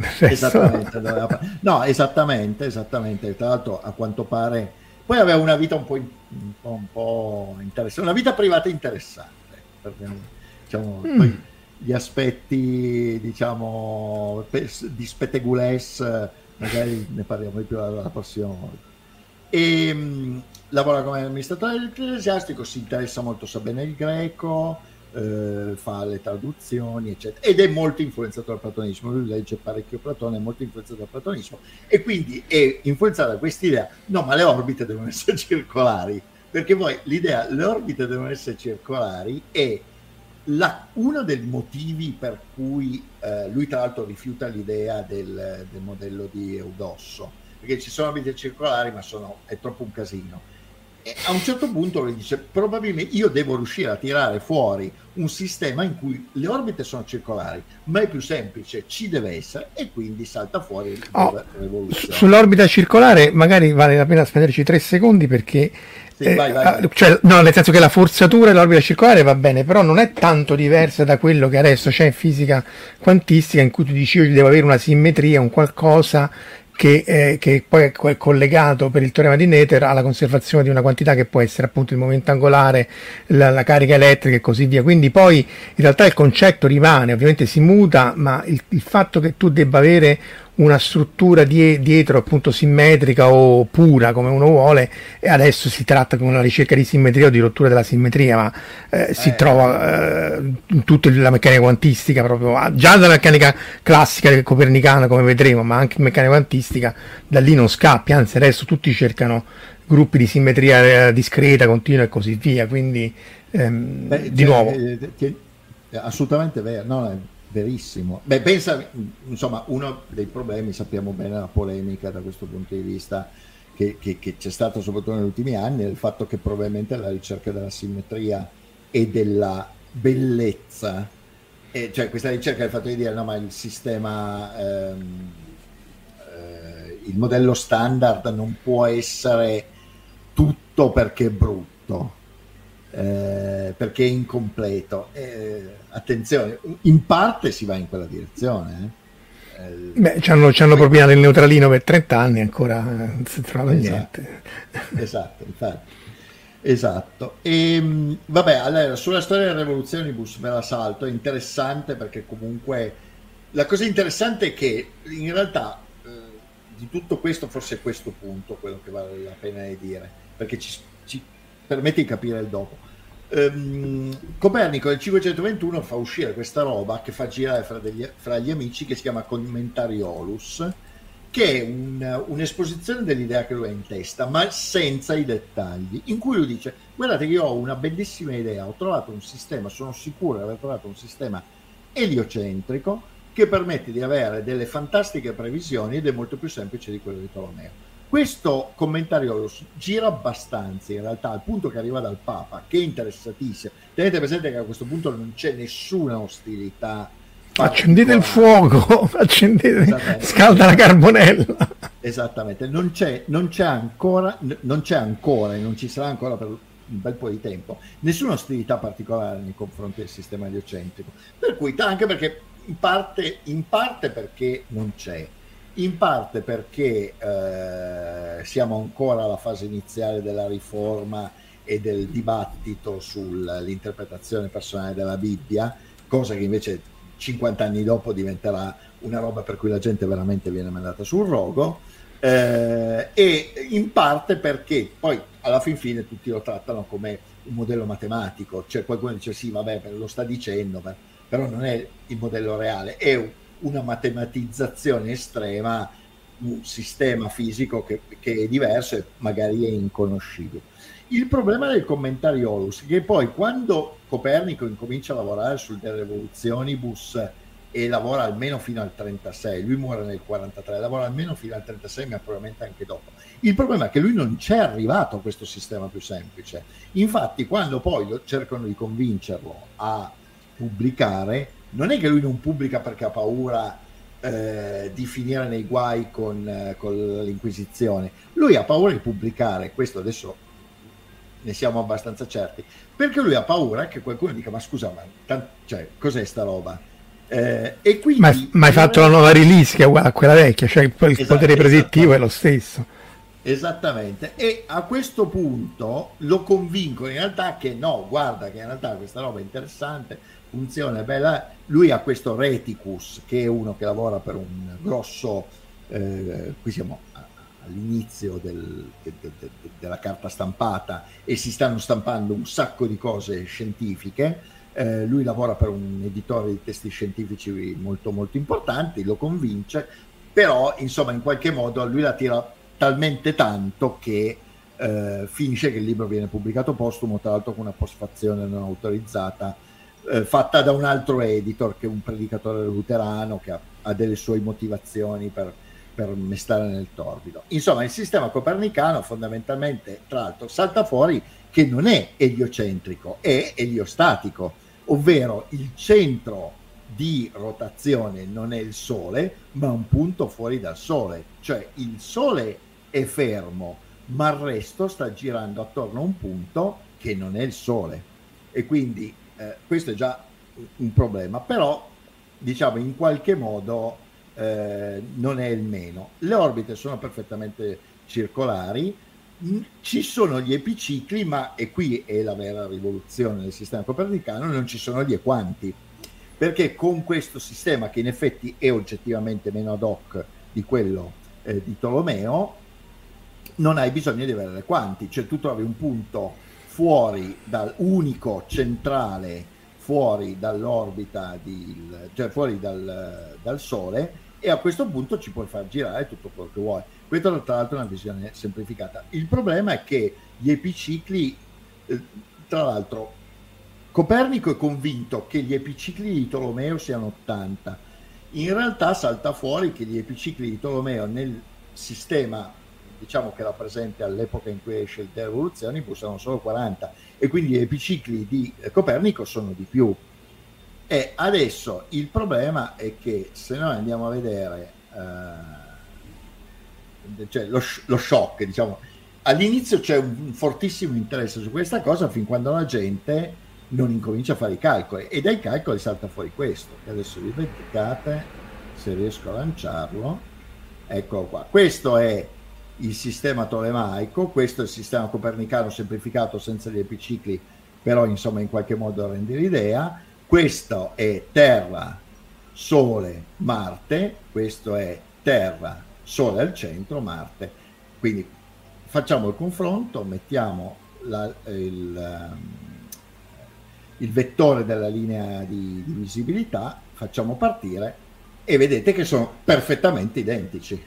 Esattamente. Tra l'altro, a quanto pare, poi aveva una vita un po' interessante, una vita privata interessante, perché diciamo poi gli aspetti, diciamo, di spettegules magari ne parliamo di più la prossima volta. E lavora come amministratore ecclesiastico, si interessa molto, sa bene il greco, fa le traduzioni eccetera, ed è molto influenzato dal platonismo. Lui legge parecchio Platone, è molto influenzato dal platonismo, e quindi è influenzato da quest'idea: no, ma le orbite devono essere circolari, perché poi l'idea le orbite devono essere circolari è uno dei motivi per cui lui tra l'altro rifiuta l'idea del modello di Eudosso, perché ci sono orbite circolari, ma è troppo un casino. E a un certo punto lui dice: probabilmente io devo riuscire a tirare fuori un sistema in cui le orbite sono circolari, ma è più semplice, ci deve essere, e quindi salta fuori l'evoluzione. Sull'orbita circolare magari vale la pena spenderci 3 secondi, perché vai. Cioè, no, nel senso che la forzatura dell'orbita circolare va bene, però non è tanto diversa da quello che adesso c'è in fisica quantistica, in cui tu dici: io devo avere una simmetria, un qualcosa che poi è collegato per il teorema di Noether alla conservazione di una quantità che può essere appunto il momento angolare, la carica elettrica e così via. Quindi poi in realtà il concetto rimane, ovviamente si muta, ma il fatto che tu debba avere una struttura dietro appunto simmetrica o pura, come uno vuole, e adesso si tratta con una ricerca di simmetria o di rottura della simmetria, ma si trova in tutta la meccanica quantistica, proprio già dalla meccanica classica copernicana, come vedremo, ma anche in meccanica quantistica da lì non scappi, anzi adesso tutti cercano gruppi di simmetria discreta, continua e così via, quindi di nuovo assolutamente vero, no, verissimo. Pensa, insomma, uno dei problemi, sappiamo bene la polemica da questo punto di vista che c'è stato soprattutto negli ultimi anni, è il fatto che probabilmente la ricerca della simmetria e della bellezza, cioè questa ricerca del fatto di dire no, ma il sistema, il modello standard non può essere tutto perché è brutto, perché è incompleto. Attenzione, in parte si va in quella direzione. Beh, c'hanno propinato il neutralino per 30 anni ancora non si trova niente. Esatto, infatti. Esatto. E vabbè, allora sulla storia delle rivoluzionibus me la salto, è interessante perché comunque la cosa interessante è che in realtà di tutto questo forse è questo punto quello che vale la pena di dire, perché ci permette di capire il dopo. Copernico nel 521 fa uscire questa roba che fa girare fra gli amici, che si chiama Commentariolus, che è un'esposizione dell'idea che lui ha in testa, ma senza i dettagli, in cui lui dice: guardate che io ho una bellissima idea, ho trovato un sistema, sono sicuro di aver trovato un sistema eliocentrico che permette di avere delle fantastiche previsioni ed è molto più semplice di quello di Tolomeo. Questo commentario gira abbastanza in realtà, al punto che arriva dal Papa, che è interessatissimo. Tenete presente che a questo punto non c'è nessuna ostilità. Accendete il fuoco, scalda la carbonella. Esattamente, non c'è ancora e non ci sarà ancora per un bel po' di tempo nessuna ostilità particolare nei confronti del sistema eliocentrico. Per cui, anche perché in parte perché non c'è, in parte perché siamo ancora alla fase iniziale della riforma e del dibattito sull'interpretazione personale della Bibbia, cosa che invece 50 anni dopo diventerà una roba per cui la gente veramente viene mandata sul rogo, e in parte perché poi alla fin fine tutti lo trattano come un modello matematico, cioè qualcuno dice sì vabbè lo sta dicendo, però non è il modello reale, è una matematizzazione estrema, un sistema fisico che è diverso e magari è inconoscibile. Il problema del Commentariolus è che poi quando Copernico incomincia a lavorare sul De Revolutionibus e lavora almeno fino al 36, lui muore nel 43, lavora almeno fino al 36, ma probabilmente anche dopo. Il problema è che lui non c'è arrivato a questo sistema più semplice. Infatti quando poi cercano di convincerlo a pubblicare, non è che lui non pubblica perché ha paura di finire nei guai con l'Inquisizione, lui ha paura di pubblicare, questo adesso ne siamo abbastanza certi, perché lui ha paura che qualcuno dica ma scusa, cioè, cos'è sta roba? E quindi, ma hai fatto la nuova release che è uguale a quella vecchia, cioè il potere predittivo è lo stesso. Esattamente, e a questo punto lo convincono in realtà che no, guarda che in realtà questa roba è interessante, funziona, è bella. Lui ha questo Reticus, che è uno che lavora per un grosso, qui siamo all'inizio della carta stampata e si stanno stampando un sacco di cose scientifiche. Lui lavora per un editore di testi scientifici molto molto importanti, lo convince, però insomma in qualche modo lui la tira talmente tanto che finisce che il libro viene pubblicato postumo, tra l'altro con una postfazione non autorizzata fatta da un altro editor che è un predicatore luterano che ha delle sue motivazioni per mestare nel torbido. Insomma, il sistema copernicano fondamentalmente, tra l'altro, salta fuori che non è eliocentrico, è eliostatico, ovvero il centro di rotazione non è il Sole, ma un punto fuori dal Sole, cioè il Sole è fermo, ma il resto sta girando attorno a un punto che non è il Sole, e quindi questo è già un problema, però diciamo in qualche modo non è il meno. Le orbite sono perfettamente circolari, ci sono gli epicicli, ma e qui è la vera rivoluzione del sistema copernicano, non ci sono gli equanti, perché con questo sistema, che in effetti è oggettivamente meno ad hoc di quello di Tolomeo, non hai bisogno di avere le quanti, cioè tu trovi un punto fuori dal unico centrale, fuori dall'orbita, cioè fuori dal Sole, e a questo punto ci puoi far girare tutto quello che vuoi. Questa tra l'altro è una visione semplificata. Il problema è che gli epicicli, tra l'altro Copernico è convinto che gli epicicli di Tolomeo siano 80, in realtà salta fuori che gli epicicli di Tolomeo nel sistema diciamo che era presente all'epoca in cui esce il De Revolutionibus, erano solo 40, e quindi gli epicicli di Copernico sono di più. E adesso il problema è che se noi andiamo a vedere cioè lo shock, diciamo, all'inizio c'è un fortissimo interesse su questa cosa fin quando la gente non incomincia a fare i calcoli, e dai calcoli salta fuori questo, che adesso vi vedete se riesco a lanciarlo. Eccolo qua, questo è il sistema tolemaico, questo è il sistema copernicano semplificato senza gli epicicli, però insomma in qualche modo rende l'idea. Questo è Terra, Sole, Marte, questo è Terra, Sole al centro, Marte. Quindi facciamo il confronto, mettiamo il vettore della linea di visibilità, facciamo partire e vedete che sono perfettamente identici.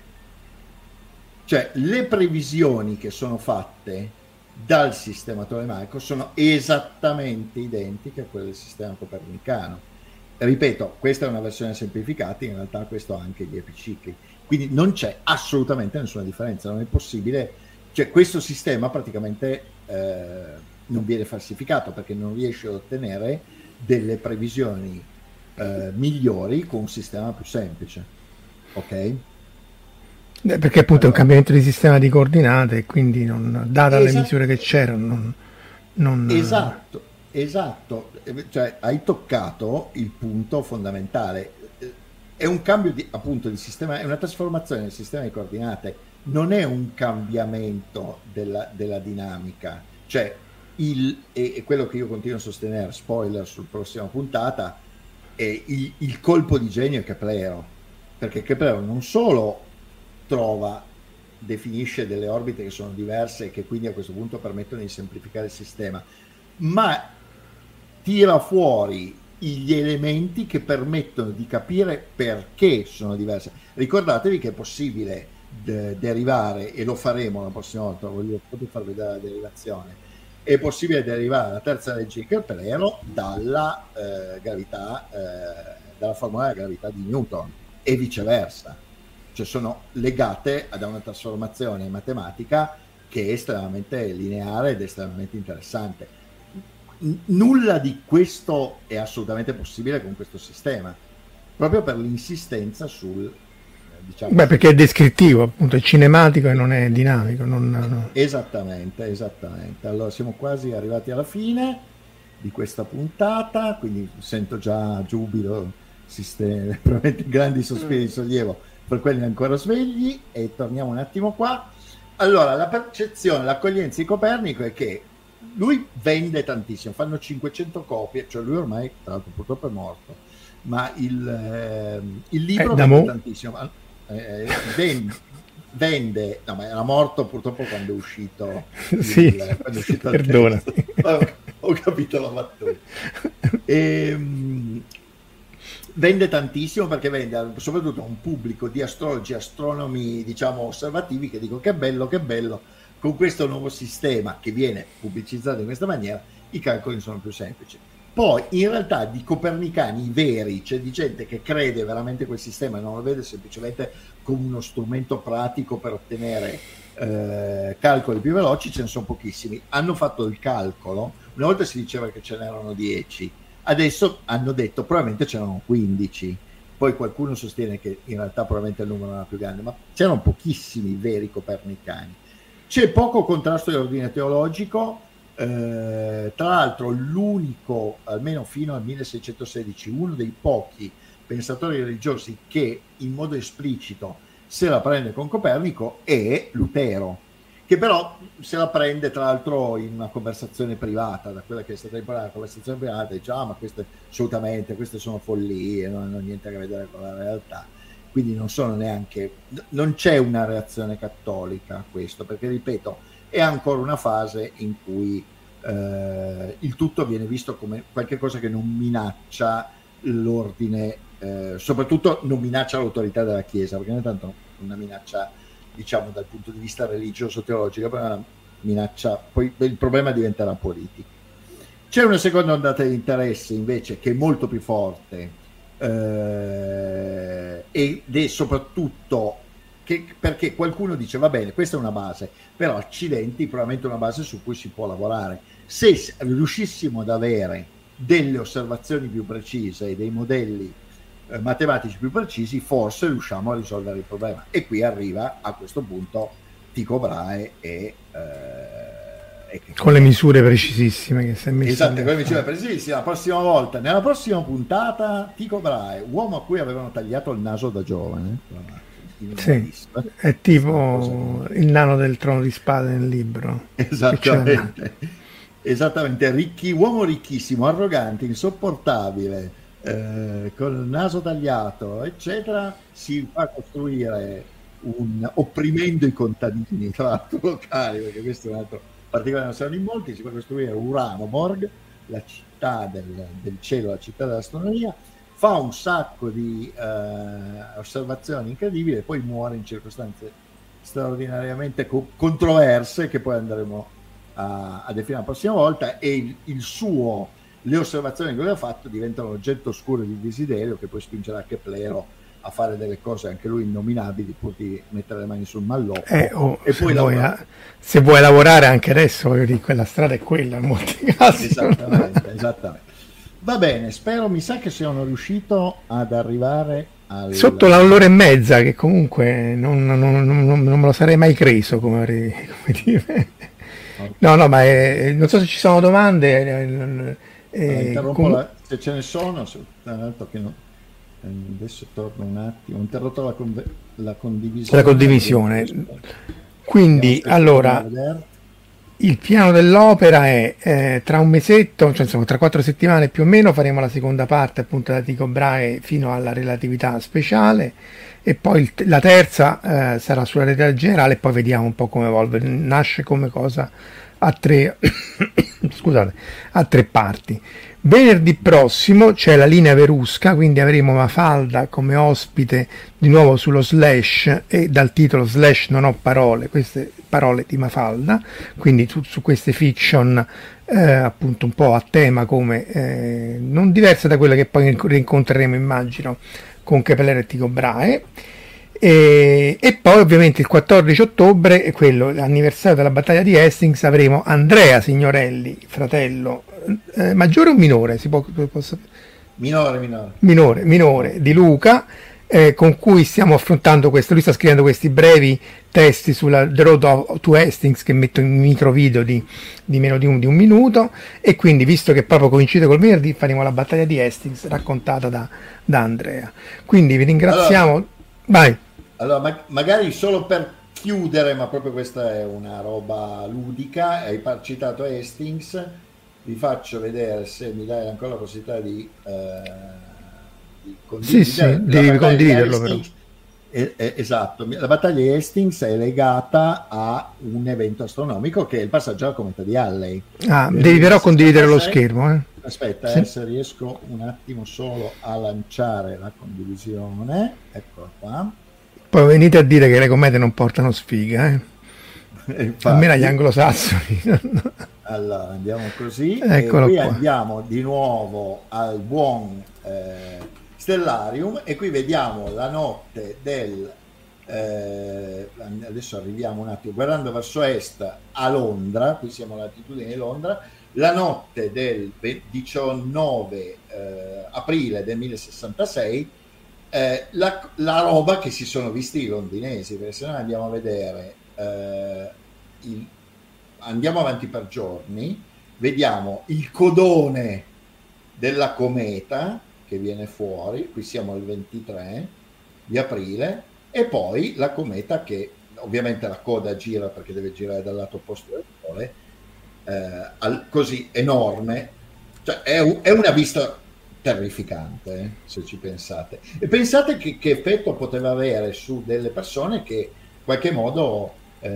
Cioè le previsioni che sono fatte dal sistema tolemaico sono esattamente identiche a quelle del sistema copernicano. Ripeto, questa è una versione semplificata, in realtà questo ha anche gli epicicli, quindi non c'è assolutamente nessuna differenza, non è possibile, cioè questo sistema praticamente non viene falsificato perché non riesce ad ottenere delle previsioni migliori con un sistema più semplice, ok? Perché appunto è un cambiamento di sistema di coordinate e quindi non, data le misure che c'erano non... Esatto, cioè hai toccato il punto fondamentale. È un cambio appunto di sistema, è una trasformazione del sistema di coordinate, non è un cambiamento della dinamica. Cioè e quello che io continuo a sostenere, spoiler sul prossima puntata, è il colpo di genio è Keplero, perché Keplero non solo definisce delle orbite che sono diverse e che quindi a questo punto permettono di semplificare il sistema, ma tira fuori gli elementi che permettono di capire perché sono diverse. Ricordatevi che è possibile derivare, e lo faremo la prossima volta, voglio proprio far vedere la derivazione, è possibile derivare la terza legge di Keplero dalla gravità, dalla formula della gravità di Newton e viceversa. Cioè sono legate ad una trasformazione matematica che è estremamente lineare ed estremamente interessante. Nulla di questo è assolutamente possibile con questo sistema, proprio per l'insistenza sul diciamo... perché è descrittivo, appunto, è cinematico e non è dinamico. No. Esattamente. Allora siamo quasi arrivati alla fine di questa puntata, quindi sento già giubilo, probabilmente grandi sospiri di sollievo per quelli ancora svegli, e torniamo un attimo qua. Allora, la percezione, l'accoglienza di Copernico è che lui vende tantissimo, fanno 500 copie, cioè lui ormai tra l'altro purtroppo è morto, ma il libro vende tantissimo, vende, no, ma era morto purtroppo quando è uscito quando è uscito perdona. Ho capito la battuta. Vende tantissimo perché vende soprattutto a un pubblico di astrologi, astronomi, diciamo, osservativi, che dicono che bello, con questo nuovo sistema che viene pubblicizzato in questa maniera i calcoli sono più semplici. Poi in realtà di copernicani veri, c'è di gente che crede veramente a quel sistema e non lo vede semplicemente come uno strumento pratico per ottenere calcoli più veloci, ce ne sono pochissimi. Hanno fatto il calcolo, una volta si diceva che ce n'erano 10, adesso hanno detto probabilmente c'erano 15, poi qualcuno sostiene che in realtà probabilmente il numero era più grande, ma c'erano pochissimi veri copernicani. C'è poco contrasto di ordine teologico, tra l'altro l'unico, almeno fino al 1616, uno dei pochi pensatori religiosi che in modo esplicito se la prende con Copernico è Lutero, che però se la prende tra l'altro in una conversazione privata, da quella che è stata imparata, una conversazione privata, dice ma queste sono follie, non hanno niente a che vedere con la realtà, quindi non c'è una reazione cattolica a questo, perché ripeto, è ancora una fase in cui il tutto viene visto come qualche cosa che non minaccia l'ordine, soprattutto non minaccia l'autorità della Chiesa, perché non è tanto una minaccia, diciamo, dal punto di vista religioso teologico, però è una minaccia, poi il problema diventerà politico. C'è una seconda ondata di interesse invece che è molto più forte ed è soprattutto perché qualcuno dice va bene, questa è una base, però accidenti, probabilmente una base su cui si può lavorare. Se riuscissimo ad avere delle osservazioni più precise e dei modelli matematici più precisi, forse riusciamo a risolvere il problema. E qui arriva a questo punto Tycho Brahe con le misure precisissime che si è messo. Esatto, con le misure precisissime. La prossima volta, nella prossima puntata, Tycho Brahe, uomo a cui avevano tagliato il naso da giovane. Sì, è tipo il nano del Trono di Spade nel libro. Esattamente, uomo ricchissimo, arrogante, insopportabile, con il naso tagliato, eccetera, si fa costruire opprimendo i contadini, tra l'altro locali, perché questo è un altro particolare, non sanno in molti, si fa costruire Uranomorg, la città del cielo, la città dell'astronomia, fa un sacco di osservazioni incredibili e poi muore in circostanze straordinariamente controverse che poi andremo a definire la prossima volta, e le osservazioni che lui ha fatto diventano oggetto oscuro di desiderio che poi spingerà Keplero a fare delle cose anche lui innominabili pur di mettere le mani sul malloppo. E poi se vuoi lavorare anche adesso, quella strada è quella in molti casi. Esattamente. Va bene, mi sa che sono riuscito ad arrivare sotto l'ora e mezza, che comunque non me lo sarei mai creso, come dire. No, ma non so se ci sono domande. Interrompo se ce ne sono, adesso torno un attimo, ho interrotto la condivisione. La condivisione. Quindi, allora, il piano dell'opera è tra un mesetto, cioè insomma tra 4 settimane più o meno, faremo la seconda parte appunto da Tycho Brahe fino alla relatività speciale, e poi la terza sarà sulla relatività generale, e poi vediamo un po' come evolve. Nasce come cosa a tre parti. Venerdì prossimo c'è la linea Verusca, quindi avremo Mafalda come ospite di nuovo sullo Slash, e dal titolo Slash non ho parole, queste parole di Mafalda, quindi su queste fiction appunto un po' a tema, come non diverse da quelle che poi rincontreremo, immagino, con Keplero e Tycho Brahe. E poi ovviamente il 14 ottobre è quello, l'anniversario della battaglia di Hastings, avremo Andrea Signorelli, fratello maggiore o minore? Minore di Luca, con cui stiamo affrontando questo. Lui sta scrivendo questi brevi testi sulla The Road to Hastings, che metto in micro video di meno di un minuto, e quindi, visto che proprio coincide col venerdì, faremo la battaglia di Hastings raccontata da Andrea. Quindi vi ringraziamo. Vai. Allora, magari solo per chiudere, ma proprio questa è una roba ludica, hai citato Hastings, vi faccio vedere, se mi dai ancora la possibilità di condividere. Sì, devi condividerlo però. Esatto, la battaglia di Hastings è legata a un evento astronomico che è il passaggio alla cometa di Halley. Devi però condividere lo schermo. Aspetta, sì. Se riesco un attimo solo a lanciare la condivisione, eccola qua. Poi venite a dire che le comete non portano sfiga, Infatti, almeno agli anglosassoni. Allora andiamo così, Eccolo e qui qua. andiamo di nuovo al buon Stellarium, e qui vediamo la notte del adesso arriviamo un attimo guardando verso est a Londra, qui siamo a latitudine di Londra, la notte del 19 aprile del 1066. La roba che si sono visti i londinesi, perché se noi andiamo a vedere andiamo avanti per giorni, vediamo il codone della cometa che viene fuori, qui siamo al 23 di aprile, e poi la cometa che ovviamente la coda gira perché deve girare dal lato opposto del Sole, così enorme, cioè è una vista terrificante, se ci pensate. E pensate che effetto poteva avere su delle persone che in qualche modo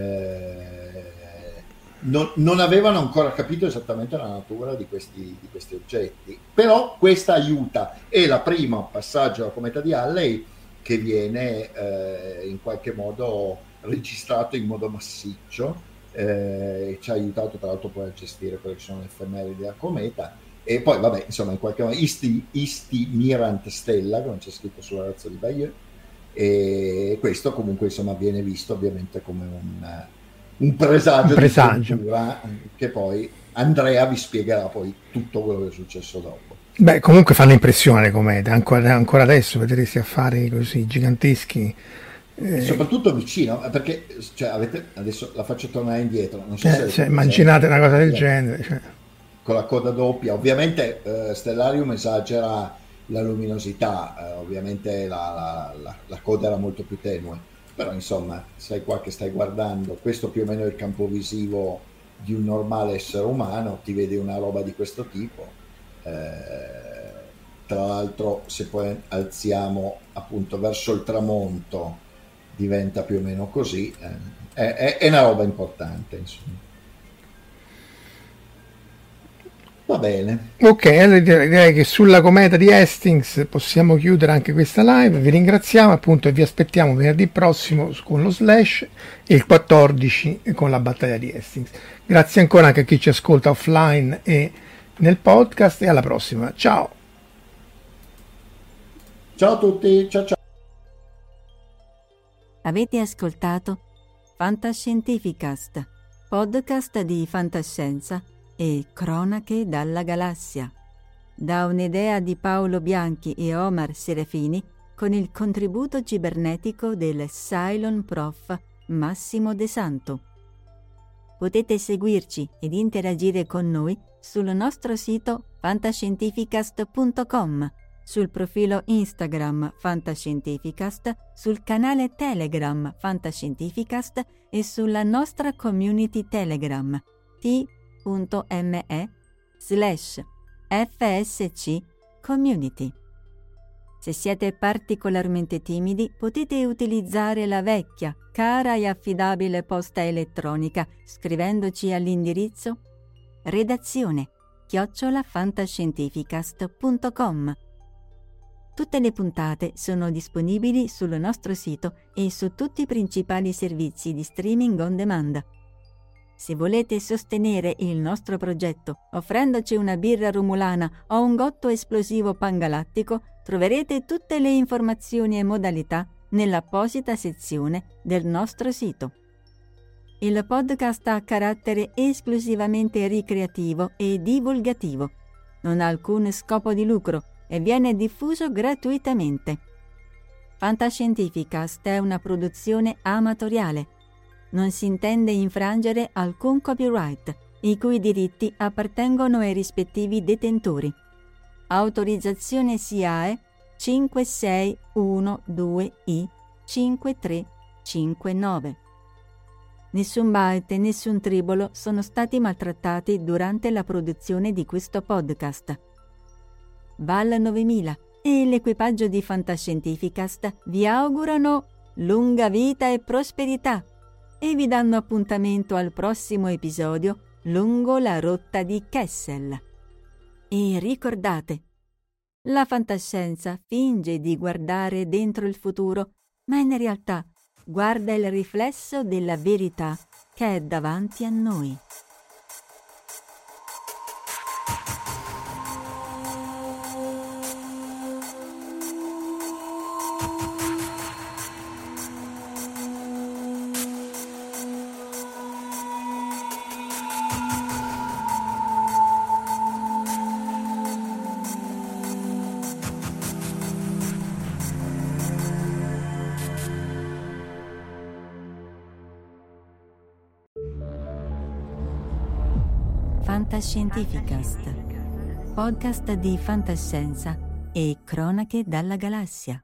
non avevano ancora capito esattamente la natura di questi oggetti. Però questa aiuta. È la prima passaggio alla cometa di Halley che viene in qualche modo registrato in modo massiccio, e ci ha aiutato tra l'altro poi a gestire quelle che sono le effeméridi della cometa. E poi vabbè, insomma, in qualche modo Isti Mirant Stella, come c'è scritto sulla razza di Bayeux, e questo comunque insomma viene visto ovviamente come un presagio di cultura, che poi Andrea vi spiegherà poi tutto quello che è successo dopo. Beh, comunque fanno impressione le comete, ancora adesso vedresti affari così giganteschi. Soprattutto vicino, perché adesso la faccio tornare indietro, non so se immaginate una cosa del genere. Cioè. Con la coda doppia, ovviamente Stellarium esagera la luminosità, ovviamente la coda era molto più tenue, però insomma sei qua che stai guardando, questo più o meno è il campo visivo di un normale essere umano, ti vedi una roba di questo tipo. Tra l'altro se poi alziamo appunto verso il tramonto diventa più o meno così, è una roba importante, insomma. Va bene. Ok, allora direi che sulla cometa di Hastings possiamo chiudere anche questa live. Vi ringraziamo appunto e vi aspettiamo venerdì prossimo con lo Slash e il 14 con la battaglia di Hastings. Grazie ancora anche a chi ci ascolta offline e nel podcast, e alla prossima. Ciao. Ciao a tutti, ciao ciao. Avete ascoltato Fantascientificast, podcast di fantascienza e cronache dalla galassia, da un'idea di Paolo Bianchi e Omar Serafini, con il contributo cibernetico del Cylon Prof Massimo De Santo. Potete seguirci ed interagire con noi sul nostro sito fantascientificast.com, sul profilo Instagram Fantascientificast, sul canale Telegram Fantascientificast e sulla nostra community Telegram t.me/FSC Community. Se siete particolarmente timidi, potete utilizzare la vecchia, cara e affidabile posta elettronica scrivendoci all'indirizzo redazione@fantascientificast.com. Tutte le puntate sono disponibili sul nostro sito e su tutti i principali servizi di streaming on demand. Se volete sostenere il nostro progetto offrendoci una birra romulana o un gotto esplosivo pangalattico, troverete tutte le informazioni e modalità nell'apposita sezione del nostro sito. Il podcast ha carattere esclusivamente ricreativo e divulgativo. Non ha alcun scopo di lucro e viene diffuso gratuitamente. Fantascientificast è una produzione amatoriale. Non si intende infrangere alcun copyright, i cui diritti appartengono ai rispettivi detentori. Autorizzazione SIAE 5612I5359. Nessun byte e nessun tribolo sono stati maltrattati durante la produzione di questo podcast. Val 9000 e l'equipaggio di Fantascientificast vi augurano lunga vita e prosperità e vi danno appuntamento al prossimo episodio lungo la rotta di Kessel. E ricordate, la fantascienza finge di guardare dentro il futuro, ma in realtà guarda il riflesso della verità che è davanti a noi. Fantascientificast, podcast di fantascienza e cronache dalla galassia.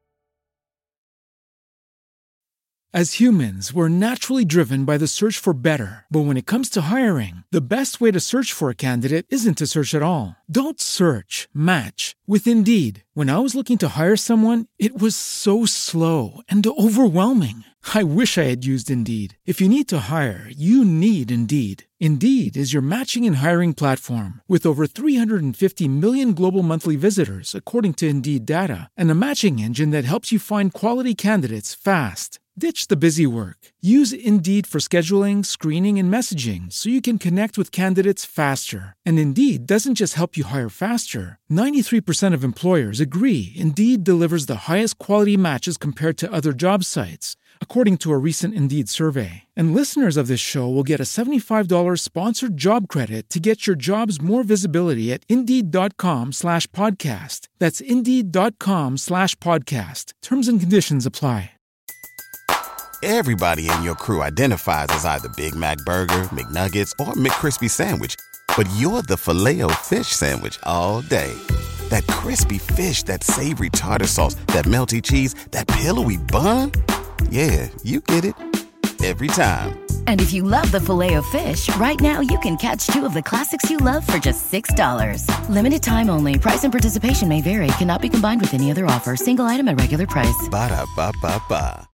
As humans, we're naturally driven by the search for better. But when it comes to hiring, the best way to search for a candidate isn't to search at all. Don't search, match with Indeed. When I was looking to hire someone, it was so slow and overwhelming. I wish I had used Indeed. If you need to hire, you need Indeed. Indeed is your matching and hiring platform with over 350 million global monthly visitors, according to Indeed data, and a matching engine that helps you find quality candidates fast. Ditch the busy work. Use Indeed for scheduling, screening, and messaging so you can connect with candidates faster. And Indeed doesn't just help you hire faster. 93% of employers agree Indeed delivers the highest quality matches compared to other job sites, according to a recent Indeed survey. And listeners of this show will get a $75 sponsored job credit to get your jobs more visibility at Indeed.com/podcast. That's Indeed.com/podcast. Terms and conditions apply. Everybody in your crew identifies as either Big Mac Burger, McNuggets, or McCrispy Sandwich. But you're the Filet-O-Fish Sandwich all day. That crispy fish, that savory tartar sauce, that melty cheese, that pillowy bun. Yeah, you get it. Every time. And if you love the Filet-O-Fish, right now you can catch 2 of the classics you love for just $6. Limited time only. Price and participation may vary. Cannot be combined with any other offer. Single item at regular price. Ba-da-ba-ba-ba.